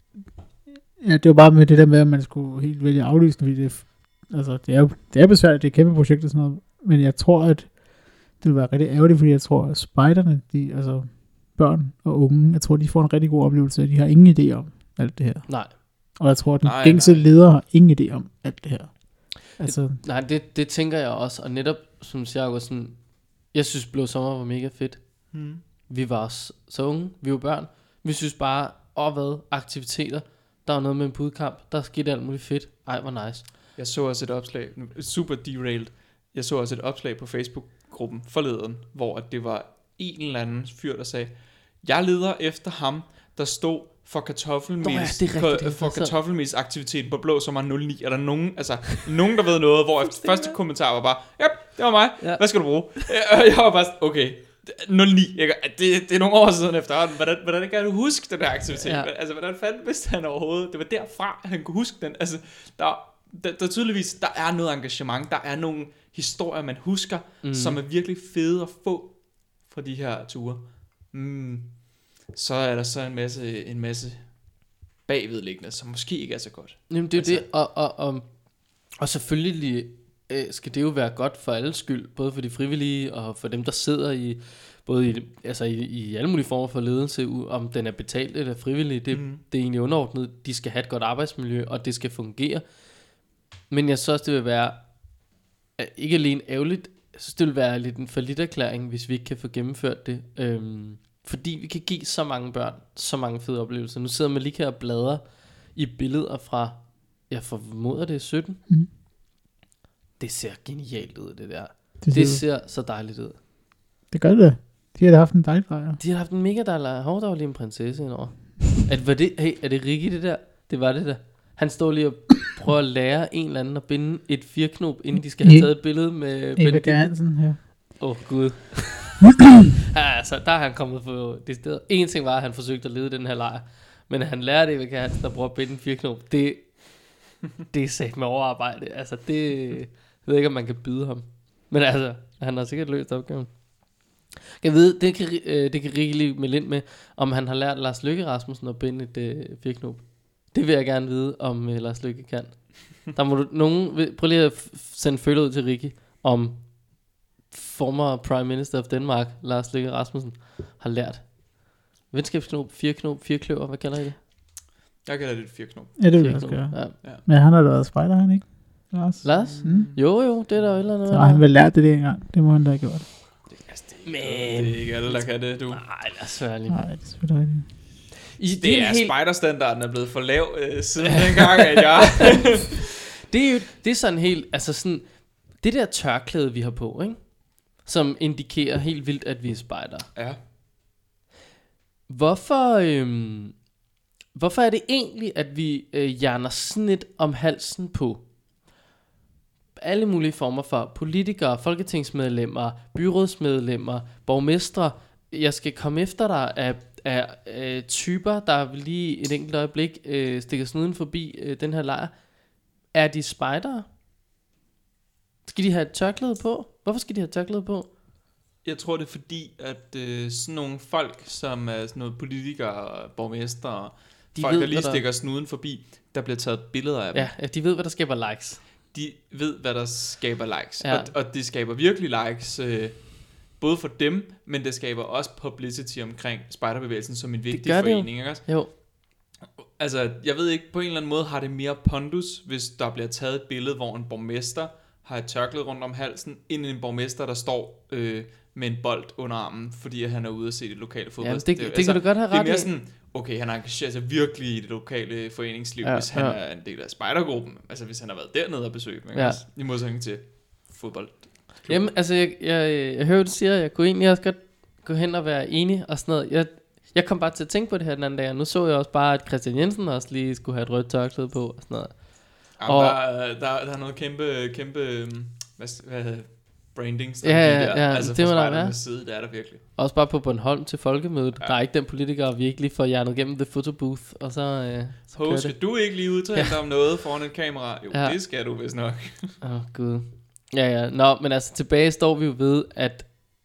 ja, det var bare med det der med, at man skulle helt vælge aflysning, fordi det er besværligt, det er kæmpe projekt og sådan noget, men jeg tror, at det vil være rigtig ærgerligt, fordi jeg tror, at spejderne, altså børn og unge, jeg tror, de får en rigtig god oplevelse, de har ingen idé om alt det her. Nej. Og jeg tror, at den gængse leder har ingen idé om alt det her. Altså. Nej, det tænker jeg også, og netop, som siger, sådan, Jeg synes, Blå Sommer var mega fedt. Vi var så unge, vi var børn. Vi synes bare, aktiviteter. Der var noget med en budkamp. Der skete alt muligt fedt. Ej, hvor nice. Jeg så også et opslag, super derailed. Jeg så også et opslag på Facebook-gruppen forleden, hvor det var en eller anden fyr, der sagde, jeg leder efter ham, der stod for kartoffelmels aktiviteten på Blå Sommer 09. Er der nogen, nogen der ved noget, hvor efter første kommentar var bare, yep, det var mig, hvad skal du bruge? Jeg var bare, okay, 09, det er nogle år siden efterhånden, hvordan kan du huske den her aktivitet? Ja. Altså, hvordan fanden vidste han overhovedet? Det var derfra, han kunne huske den. Altså, der tydeligvis, der er noget engagement, der er nogle historier, man husker, som er virkelig fede at få fra de her ture. Så er der så en masse bagvedliggende, som måske ikke er så godt. Jamen, det er det, og selvfølgelig skal det jo være godt for alles skyld, både for de frivillige og for dem, der sidder i alle mulige former for ledelse, om den er betalt eller frivillig. Det er egentlig underordnet. De skal have et godt arbejdsmiljø, og det skal fungere. Men jeg synes også, det vil være ikke alene ærgerligt, jeg synes, det vil være lidt en falliterklæring, hvis vi ikke kan få gennemført det. Fordi vi kan give så mange børn så mange fede oplevelser. Nu sidder man lige her og bladrer i billeder fra, jeg formoder det er 17. Det ser genialt ud, det der. Det ser så dejligt ud. Det gør det. De har haft en dejlig lejr. De har haft en mega dejlig lejr. Der var lige en prinsesse indover. Er det Ricky det der? Det var det der. Han står lige og prøver at lære en eller anden at binde et firknop, inden de skal have taget et billede med Benedikt Hansen, ja. Gud. Der er han kommet på det sted. En ting var, at han forsøgte at lede den her lejr. Men han lærer det, Erik Hansen, der bruger at binde en firknop. Det er sat med overarbejde. Altså, jeg ved ikke, om man kan byde ham. Men altså, han har sikkert løst opgaven. Jeg ved, det kan Rikke melde ind med, om han har lært Lars Løkke Rasmussen at binde et firknop. Det vil jeg gerne vide, om Lars Løkke kan. Der må prøv lige at sende følge ud til Rikke, om former Prime Minister of Denmark, Lars Løkke Rasmussen, har lært venskabsknop, firkløver, hvad kalder I det? Jeg kalder det et firknop. Ja, det vil jeg også gøre. Ja. Men han har da været spejder, han ikke? Lars? Jo, det er der jo et eller andet. Så han vel lært det engang. Det må han da have gjort. Men det er ikke alle, der kan det, du. Nej, lad os være lige. Nej, det er selvfølgelig rigtigt. Det er spejderstandarden er blevet for lav siden dengang, at jeg... det er sådan helt, altså sådan, det der tørklæde, vi har på, ikke? Som indikerer helt vildt, at vi er spejder. Ja. Hvorfor er det egentlig, at vi hjerner snit om halsen på alle mulige former for politikere, folketingsmedlemmer, byrådsmedlemmer, borgmestre? Jeg skal komme efter dig af typer, der lige et enkelt øjeblik stikker snuden forbi den her lejr. Er de spejdere? Skal de have et tørklæde på? Hvorfor skal de have et tørklæde på? Jeg tror det er fordi, at sådan nogle folk, som er sådan noget politikere, borgmestre, folk der lige stikker snuden forbi, der bliver taget billeder af dem. Ja, de ved, hvad der skaber likes. De ved, hvad der skaber likes. Ja. Og det skaber virkelig likes, både for dem, men det skaber også publicity omkring spejderbevægelsen som en vigtig forening. Ikke også? Jo. Altså, jeg ved ikke, på en eller anden måde har det mere pondus, hvis der bliver taget et billede, hvor en borgmester har et tørklæde rundt om halsen, end en borgmester, der står med en bold under armen, fordi han er ude at se det lokale fodbold. Ja, det kan du godt have ret i. Det er mere sådan, okay, han engagerer sig virkelig i det lokale foreningsliv, hvis han er en del af spejdergruppen. Altså, hvis han har været dernede og besøgt, i modsætning til fodbold. Jamen, altså, jeg hører, du siger, jeg kunne egentlig også godt gå hen og være enig og sådan noget. Jeg kom bare til at tænke på det her den anden dag, og nu så jeg også bare, at Christian Jensen også lige skulle have et rødt tørklæde på og sådan noget. Jamen, der er noget kæmpe hvad branding ja, altså det fra var der side, det er der virkelig. Også bare på Bornholm til folkemødet. Der er ikke den politiker, vi ikke lige får hjernet gennem the photobooth, og så skal du ikke lige udtale dig om noget foran et kamera? Jo, det skal du vist nok. Gud. Ja. Nå, men altså tilbage står vi jo ved, at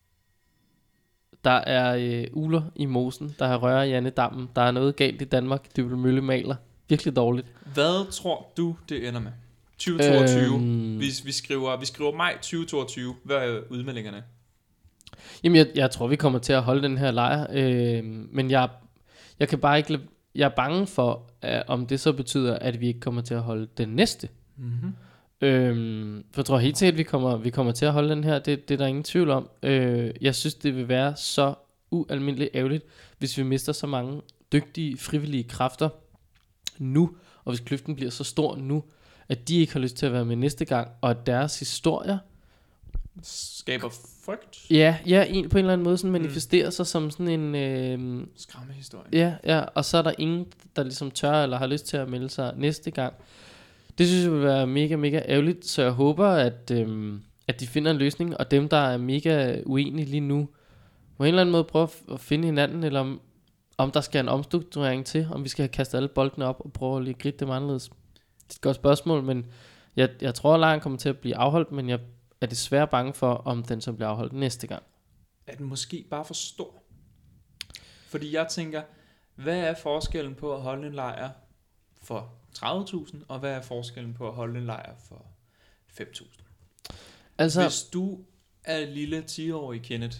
der er uler i mosen, der har røre i Annedammen. Der er noget galt i Danmark. Dybbøl Mølle maler. Virkelig dårligt. Hvad tror du, det ender med? 2022. Vi skriver maj 2022. Hvad er udmeldingerne? Jamen, jeg tror, vi kommer til at holde den her lejr. Men jeg kan bare ikke... Jeg er bange for, om det så betyder, at vi ikke kommer til at holde den næste. For jeg tror helt sikkert, at vi kommer til at holde den her. Det er der ingen tvivl om. Jeg synes, det vil være så ualmindeligt ærgerligt, hvis vi mister så mange dygtige, frivillige kræfter nu, og hvis kløften bliver så stor nu, at de ikke har lyst til at være med næste gang, og at deres historier skaber frygt. Ja, på en eller anden måde sådan manifesterer sig som sådan en skræmmehistorie. Ja, og så er der ingen, der ligesom tør eller har lyst til at melde sig næste gang. Det synes jeg vil være mega, mega ærgerligt, så jeg håber, at de finder en løsning, og dem, der er mega uenige lige nu, på en eller anden måde prøve at finde hinanden, eller om der skal en omstrukturering til, om vi skal have kastet alle boldene op og prøve at lige gribe dem anderledes. Det er et godt spørgsmål, men jeg tror, at lejren kommer til at blive afholdt, men jeg er desværre bange for, om den så bliver afholdt næste gang. Er den måske bare for stor? Fordi jeg tænker, hvad er forskellen på at holde en lejr for 30.000, og hvad er forskellen på at holde en lejr for 5.000? Altså, hvis du er lille 10-årig Kenneth,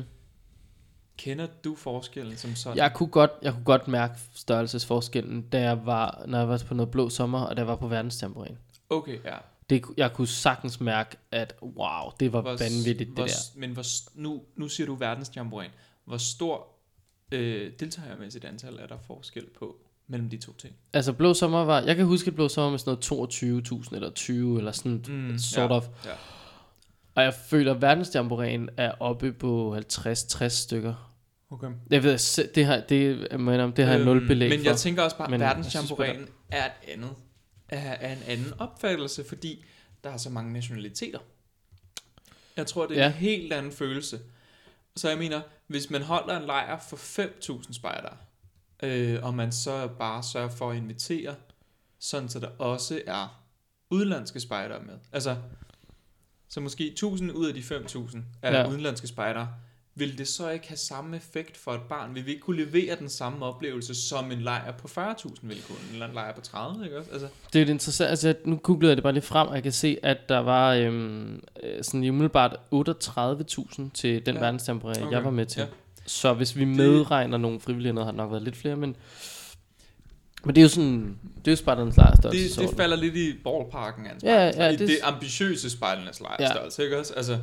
kender du forskellen som sådan? Jeg kunne godt mærke størrelsesforskellen, når jeg var på noget blå sommer, og da jeg var på verdenstamburin. Okay, ja. Jeg kunne sagtens mærke, at wow, det var vanvittigt det der. Men nu siger du verdenstamburin. Hvor stor deltagermæssigt antal er der forskel på mellem de to ting? Altså blå sommer var, jeg kan huske at blå sommer med sådan noget 22.000 eller 20 eller sådan sort of. Ja. Og jeg føler at verdenstamburin er oppe på 50-60 stykker. Okay. Jeg ved, det har jeg nul belæg for. Men jeg tænker også bare, at verdenstamburin er en anden opfattelse, fordi der er så mange nationaliteter. Jeg tror, det er en helt anden følelse. Så jeg mener, hvis man holder en lejr for 5.000 spejdere, og man så bare sørger for at invitere, sådan så der også er udlandske spejdere med. Altså, så måske 1.000 ud af de 5.000 er udenlandske spejdere. Vil det så ikke have samme effekt for et barn? Vil vi ikke kunne levere den samme oplevelse, som en lejr på 40.000 ville kunne? Eller en lejr på 30, ikke også? Altså. Det er jo interessant. Altså, nu googlede jeg det bare lige frem, og jeg kan se, at der var sådan umiddelbart 38.000 til den verdenstemperering, jeg var med til. Ja. Så hvis vi medregner nogle frivillige, har det nok været lidt flere, men det er jo sådan, det er jo spejdernes lejrstørrelse. Det falder lidt i ballparken af en spejder. Det er ambitiøse spejdernes lejrstørrelse, ikke også? Altså.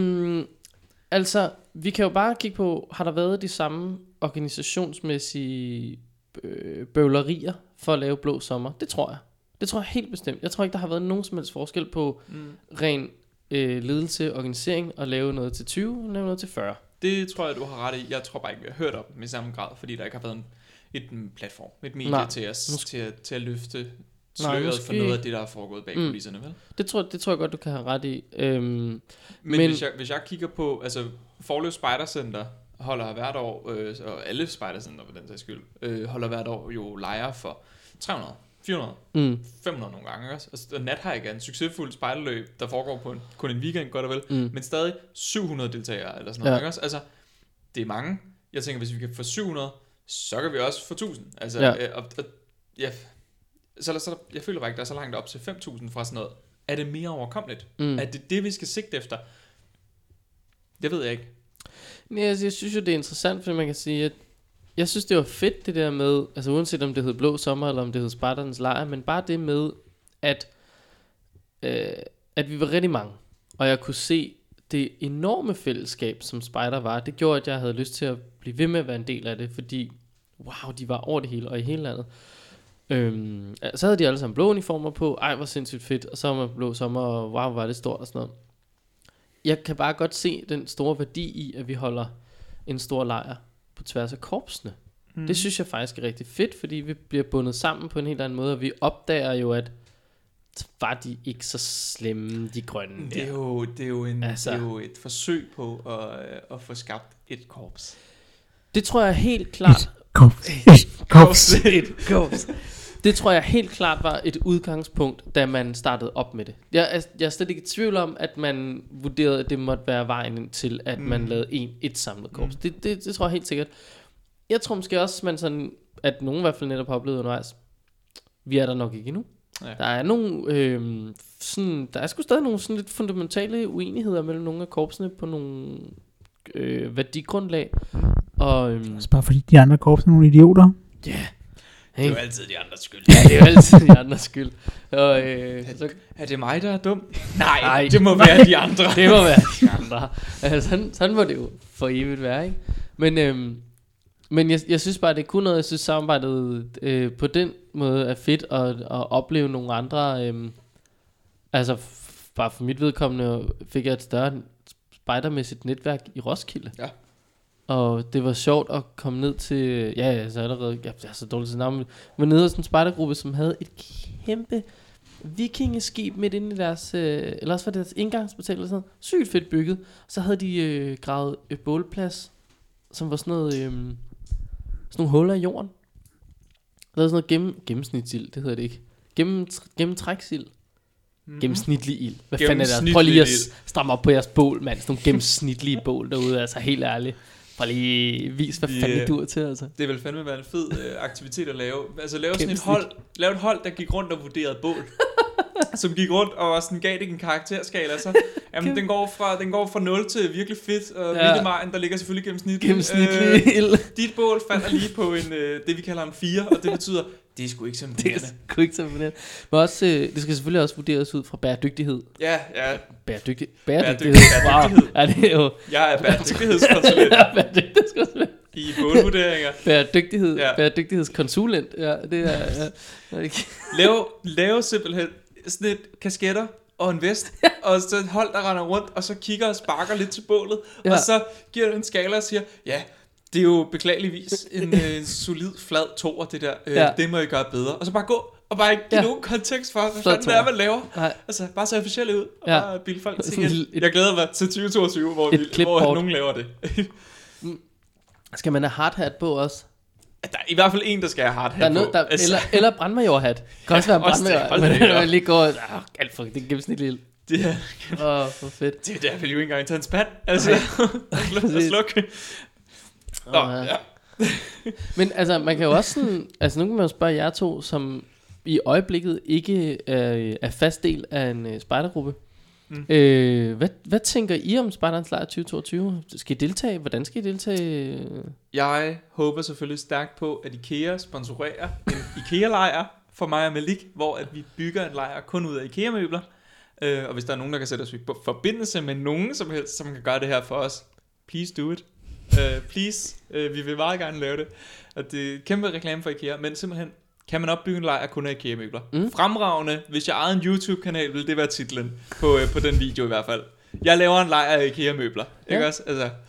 Altså, vi kan jo bare kigge på, har der været de samme organisationsmæssige bøvlerier for at lave blå sommer? Det tror jeg. Det tror jeg helt bestemt. Jeg tror ikke, der har været nogen som helst forskel på ren ledelse, organisering, og lave noget til 20 og lave noget til 40. Det tror jeg, du har ret i. Jeg tror bare ikke, vi har hørt om dem i samme grad, fordi der ikke har været en platform, et medie til at løfte sløret for noget af det, der er foregået bag kulisserne, vel? Det tror jeg godt, du kan have ret i. Men hvis jeg kigger på, altså Forlev Spejdercenter holder hvert år, og alle spejdercenter for den sags skyld, holder hvert år jo lejre for 300, 400, 500 nogle gange også. Altså Nathike er en succesfuld spejderløb, der foregår på kun en weekend, godt og vel, men stadig 700 deltagere eller sådan noget, også. Altså, det er mange. Jeg tænker, hvis vi kan få 700, så kan vi også få 1000. Altså, Så jeg føler bare ikke, der er så langt op til 5.000 fra sådan noget. Er det mere overkommeligt? Er det, vi skal sigte efter? Det ved jeg ikke. Nej, altså, jeg synes jo, det er interessant, fordi man kan sige, at jeg synes, det var fedt det der med, altså uanset om det hed Blå Sommer, eller om det hed Spartans Lejr, men bare det med, at vi var rigtig mange, og jeg kunne se det enorme fællesskab, som spejder var. Det gjorde, at jeg havde lyst til at blive ved med at være en del af det, fordi wow, de var over det hele, og i hele landet. Så havde de alle sammen blå uniformer på. Ej, hvor sindssygt fedt. Og så var man blå sommer, og wow, var det stort og sådan noget. Jeg kan bare godt se den store værdi i, at vi holder en stor lejr på tværs af korpsene. Det synes jeg faktisk er rigtig fedt, fordi vi bliver bundet sammen på en helt anden måde, og vi opdager jo, at var de ikke så slemme, de grønne. Det er jo et forsøg på at få skabt et korps. Det tror jeg helt klart. Korps. Det tror jeg helt klart var et udgangspunkt, da man startede op med det. Jeg er slet ikke i tvivl om, at man vurderede, at det måtte være vejen til, at man lavede et samlet korps. Det tror jeg helt sikkert. Jeg tror måske også, man sådan, at nogen i hvert fald netop har oplevet undervejs, vi er der nok ikke endnu. Ja. Der er nogle der er sgu stadig nogle sådan lidt fundamentale uenigheder mellem nogle af korpsene på nogle værdigrundlag. Og også bare fordi de andre korps er nogle idioter. Ja. Det er jo altid de andres skyld. Ja, det er jo altid de andres skyld. Og, så, er det mig, der er dum? Nej, det må være de andre. Det må være de andre. Altså, sådan må det jo for evigt være, ikke? Men jeg synes bare, det er kun noget. Jeg synes samarbejdet på den måde er fedt at opleve nogle andre. Altså bare for mit vedkommende fik jeg et større spejdermæssigt netværk i Roskilde. Ja. Og det var sjovt at komme ned til, så allerede, jeg er så dårligt til navn, men nede hos en spejdergruppe, som havde et kæmpe vikingeskib midt inde i deres, eller også var det deres indgangshotel eller sådan noget, sygt fedt bygget. Så havde de gravet et bålplads, som var sådan noget, sådan nogle huller i jorden. Der sådan noget gennemsnitsild, det hedder det ikke. Gennemtræksild. Gennemsnitlig ild. Hvad fanden er det? Prøv lige at stramme op på jeres bål, mand. Sådan nogle gennemsnitlige bål derude, altså helt ærligt. Prøv lige vis, hvad fanden du er til, altså. Det vil fandme være en fed aktivitet at lave. Altså lave sådan et hold, lave et hold, der gik rundt og vurderede bål. Som gik rundt og sådan gav det en karakterskala, så jamen, den går fra 0 til virkelig fedt, og midtemejen, der ligger selvfølgelig gennemsnitlig ild. Dit bål falder lige på en det vi kalder en 4, og det betyder det er sgu ikke så imponerende. Det er sgu ikke så imponerende. Men også, det skal selvfølgelig også vurderes ud fra bæredygtighed. Ja. Bæredygtighed. Wow. Ja, det er jo. Jeg er bæredygtighedskonsulent. Bæredygtighedskonsulent. I bålvurderinger. Bæredygtighedskonsulent. Ja, det er. Lave simpelthen sådan et kasketter og en vest, og så et hold, der render rundt, og så kigger og sparker lidt til bålet, og så giver det en skala og siger, ja, det er jo beklageligvis en solid, flad toer, det der. Det må I gøre bedre. Og så bare gå, og bare ikke give nogen kontekst for, hvad fanden det er, man laver. Nej. Altså, bare så officielt ud, og bare bilde folk til igen. Jeg glæder mig til 2022, hvor nogen laver det. Skal man have hardhat på også? Der er i hvert fald en, der skal have hardhat på. Eller brandmajorhat. Det kan også være brandmajor. Men lige går, alt for det gennemsnitlige. Det er for fedt. Det der vil jo ikke engang tage en spand. Altså, sluk. Ja. Men altså, man kan jo også sådan, altså nu kan man jo spørge jer to, som i øjeblikket ikke er fast del af en spejdergruppe. Hvad tænker I om Spejderens Lejr 2022? Skal I deltage? Hvordan skal I deltage? Jeg håber selvfølgelig stærkt på, at IKEA sponsorerer en IKEA-lejr for mig og Malik, hvor at vi bygger en lejr kun ud af IKEA-møbler. Og hvis der er nogen, der kan sætte os i forbindelse med nogen som helst, som kan gøre det her for os, please do it. Please, vi vil meget gerne lave det. Og det er kæmpe reklame for IKEA, men simpelthen kan man opbygge en lejr kun af IKEA-møbler. Fremragende. Hvis jeg ejede en YouTube-kanal, ville det være titlen på den video i hvert fald. Jeg laver en lejr af IKEA-møbler. Ikke også?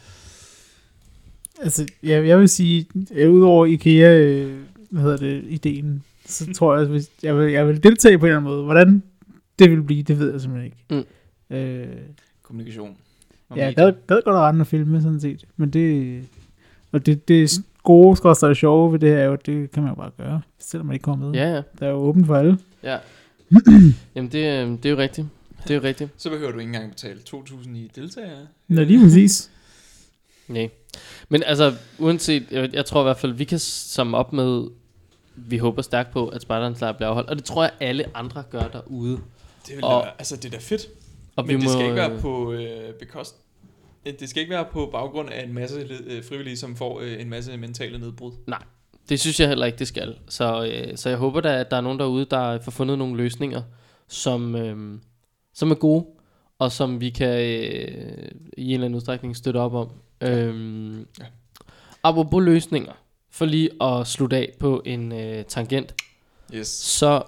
Altså, jeg vil sige, udover IKEA, ideen, så tror jeg, at jeg vil deltage på en eller anden måde. Hvordan det vil blive, det ved jeg simpelthen ikke. Kommunikation. Ja, der går der andre filme, sådan set. Men det gode, skrøster sjove ved det her, er jo, det kan man jo bare gøre, selvom man ikke kommer med. Ja. Der er jo åbent for alle. Ja. Jamen, det er jo rigtigt. Det er jo rigtigt. Så behøver du ikke engang betale 2.000 i deltagere. Nå, lige præcis. Nej. Men altså, uanset, jeg tror i hvert fald, vi kan komme op med, vi håber stærkt på, at Spejderens Lejr bliver afholdt. Og det tror jeg, alle andre gør derude. Det vil være, altså det er da fedt. Og men det skal ikke være på det skal ikke være på baggrund af en masse frivillige, som får en masse mentale nedbrud. Nej, det synes jeg heller ikke, det skal. Så jeg håber da, at der er nogen derude, der får fundet nogle løsninger, som er gode, og som vi kan i en eller anden udstrækning støtte op om. Apropos løsninger, for lige at slutte af på en tangent, så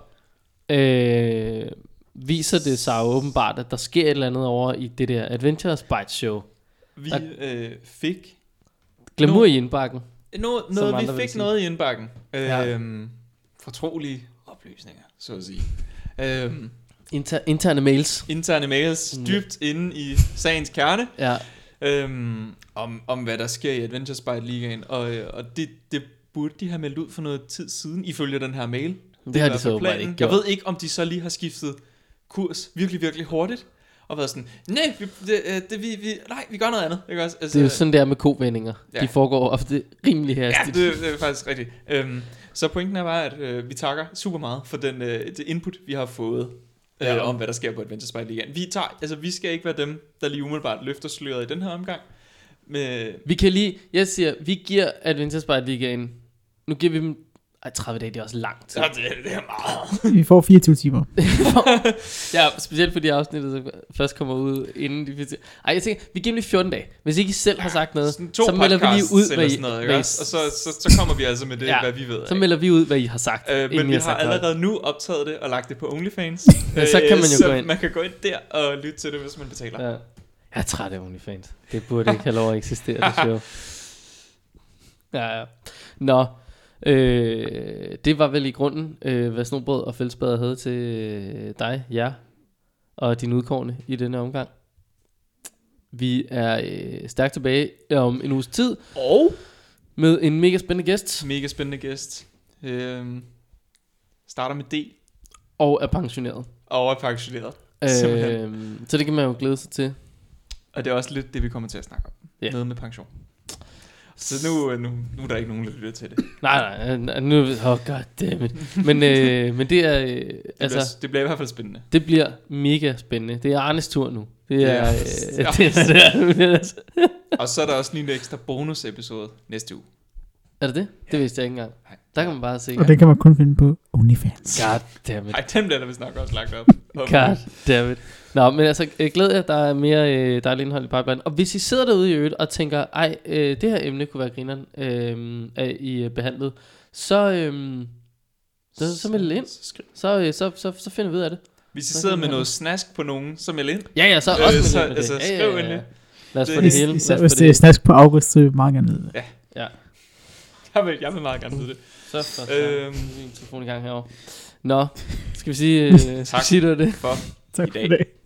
viser det sig åbenbart, at der sker et eller andet over i det der Adventure Spite Show. Vi fik glamour i indbakken. Vi fik noget i indbakken. Fortrolige oplysninger, så at sige. Interne mails. Interne mails, dybt inde i sagens kerne. Ja. Om hvad der sker i Adventure Spite Ligaen. Og det burde de have meldt ud for noget tid siden, ifølge den her mail. Det har de så ikke gjort. Jeg ved ikke, om de så lige har skiftet kurs virkelig, virkelig hurtigt. Og været sådan, nej, vi gør noget andet. Ikke også? Altså, det er jo sådan der med kovendinger. De foregår ofte rimelig hastigt. Ja, det er faktisk rigtigt. Så pointen er bare, at vi takker super meget for det input, vi har fået om, hvad der sker på Adventure Spite Ligaen. Vi skal ikke være dem, der lige umiddelbart løfter sløret i den her omgang. Vi kan lige, jeg siger, vi giver Adventure Spite Ligaen, nu giver vi dem 30 dage, det er også lang tid. Ja, det er meget. Vi får 24 timer. Ja, specielt fordi afsnittet først kommer ud inden de 24. Ej, jeg tænker, vi giver dem lige 14 dage. Hvis ikke I selv har sagt noget, så melder vi lige ud, hvad I... Noget, og så kommer vi altså med det, hvad vi ved. Så melder vi ud, hvad I har sagt. Men vi har allerede nu optaget det og lagt det på OnlyFans. Så kan man jo gå ind. Man kan gå ind der og lytte til det, hvis man betaler. Ja. Jeg er træt af OnlyFans. Det burde ikke have lov at eksistere, det show. Ja. Nå. Det var vel i grunden, hvad Snobrød og Fællesbader havde til dig, jer og din udkårne i denne omgang. Vi er stærkt tilbage om en uges tid. Og med en mega spændende gæst. Mega spændende gæst. Starter med D. Og er pensioneret. Så det kan man jo glæde sig til. Og det er også lidt det, vi kommer til at snakke om. Yeah. Noget med pension. Så nu er der ikke nogen, der lytter til det. Nej, nu... goddammit. Men det er... Det bliver i hvert fald spændende. Det bliver mega spændende. Det er Arnes tur nu. Det er... Og så er der også lige en ekstra bonusepisode næste uge. Er det det? Det vidste jeg ikke engang. Der kan man bare se. Og den kan man kun finde på OnlyFans. Goddammit. Ej, den bliver der vist nok også lagt op. Goddammit. Nå, men altså, glæd jer, der er mere dejligt indhold i pipeline. Og hvis I sidder derude i øvrigt og tænker, det her emne kunne være grineren, at I behandlet, så meld ind. Så finder vi ud af det. Hvis I sidder med noget snask på nogen, så meld ind. Ja, så også meld ind. Altså, skriv ind. Lad os få det hele. Hvis det er snask på August, så vil vi meget gerne vide det. Ja. Jeg vil meget gerne vide det. Så min telefon i gang herovre. Nå, skal vi sige tak for tak for det.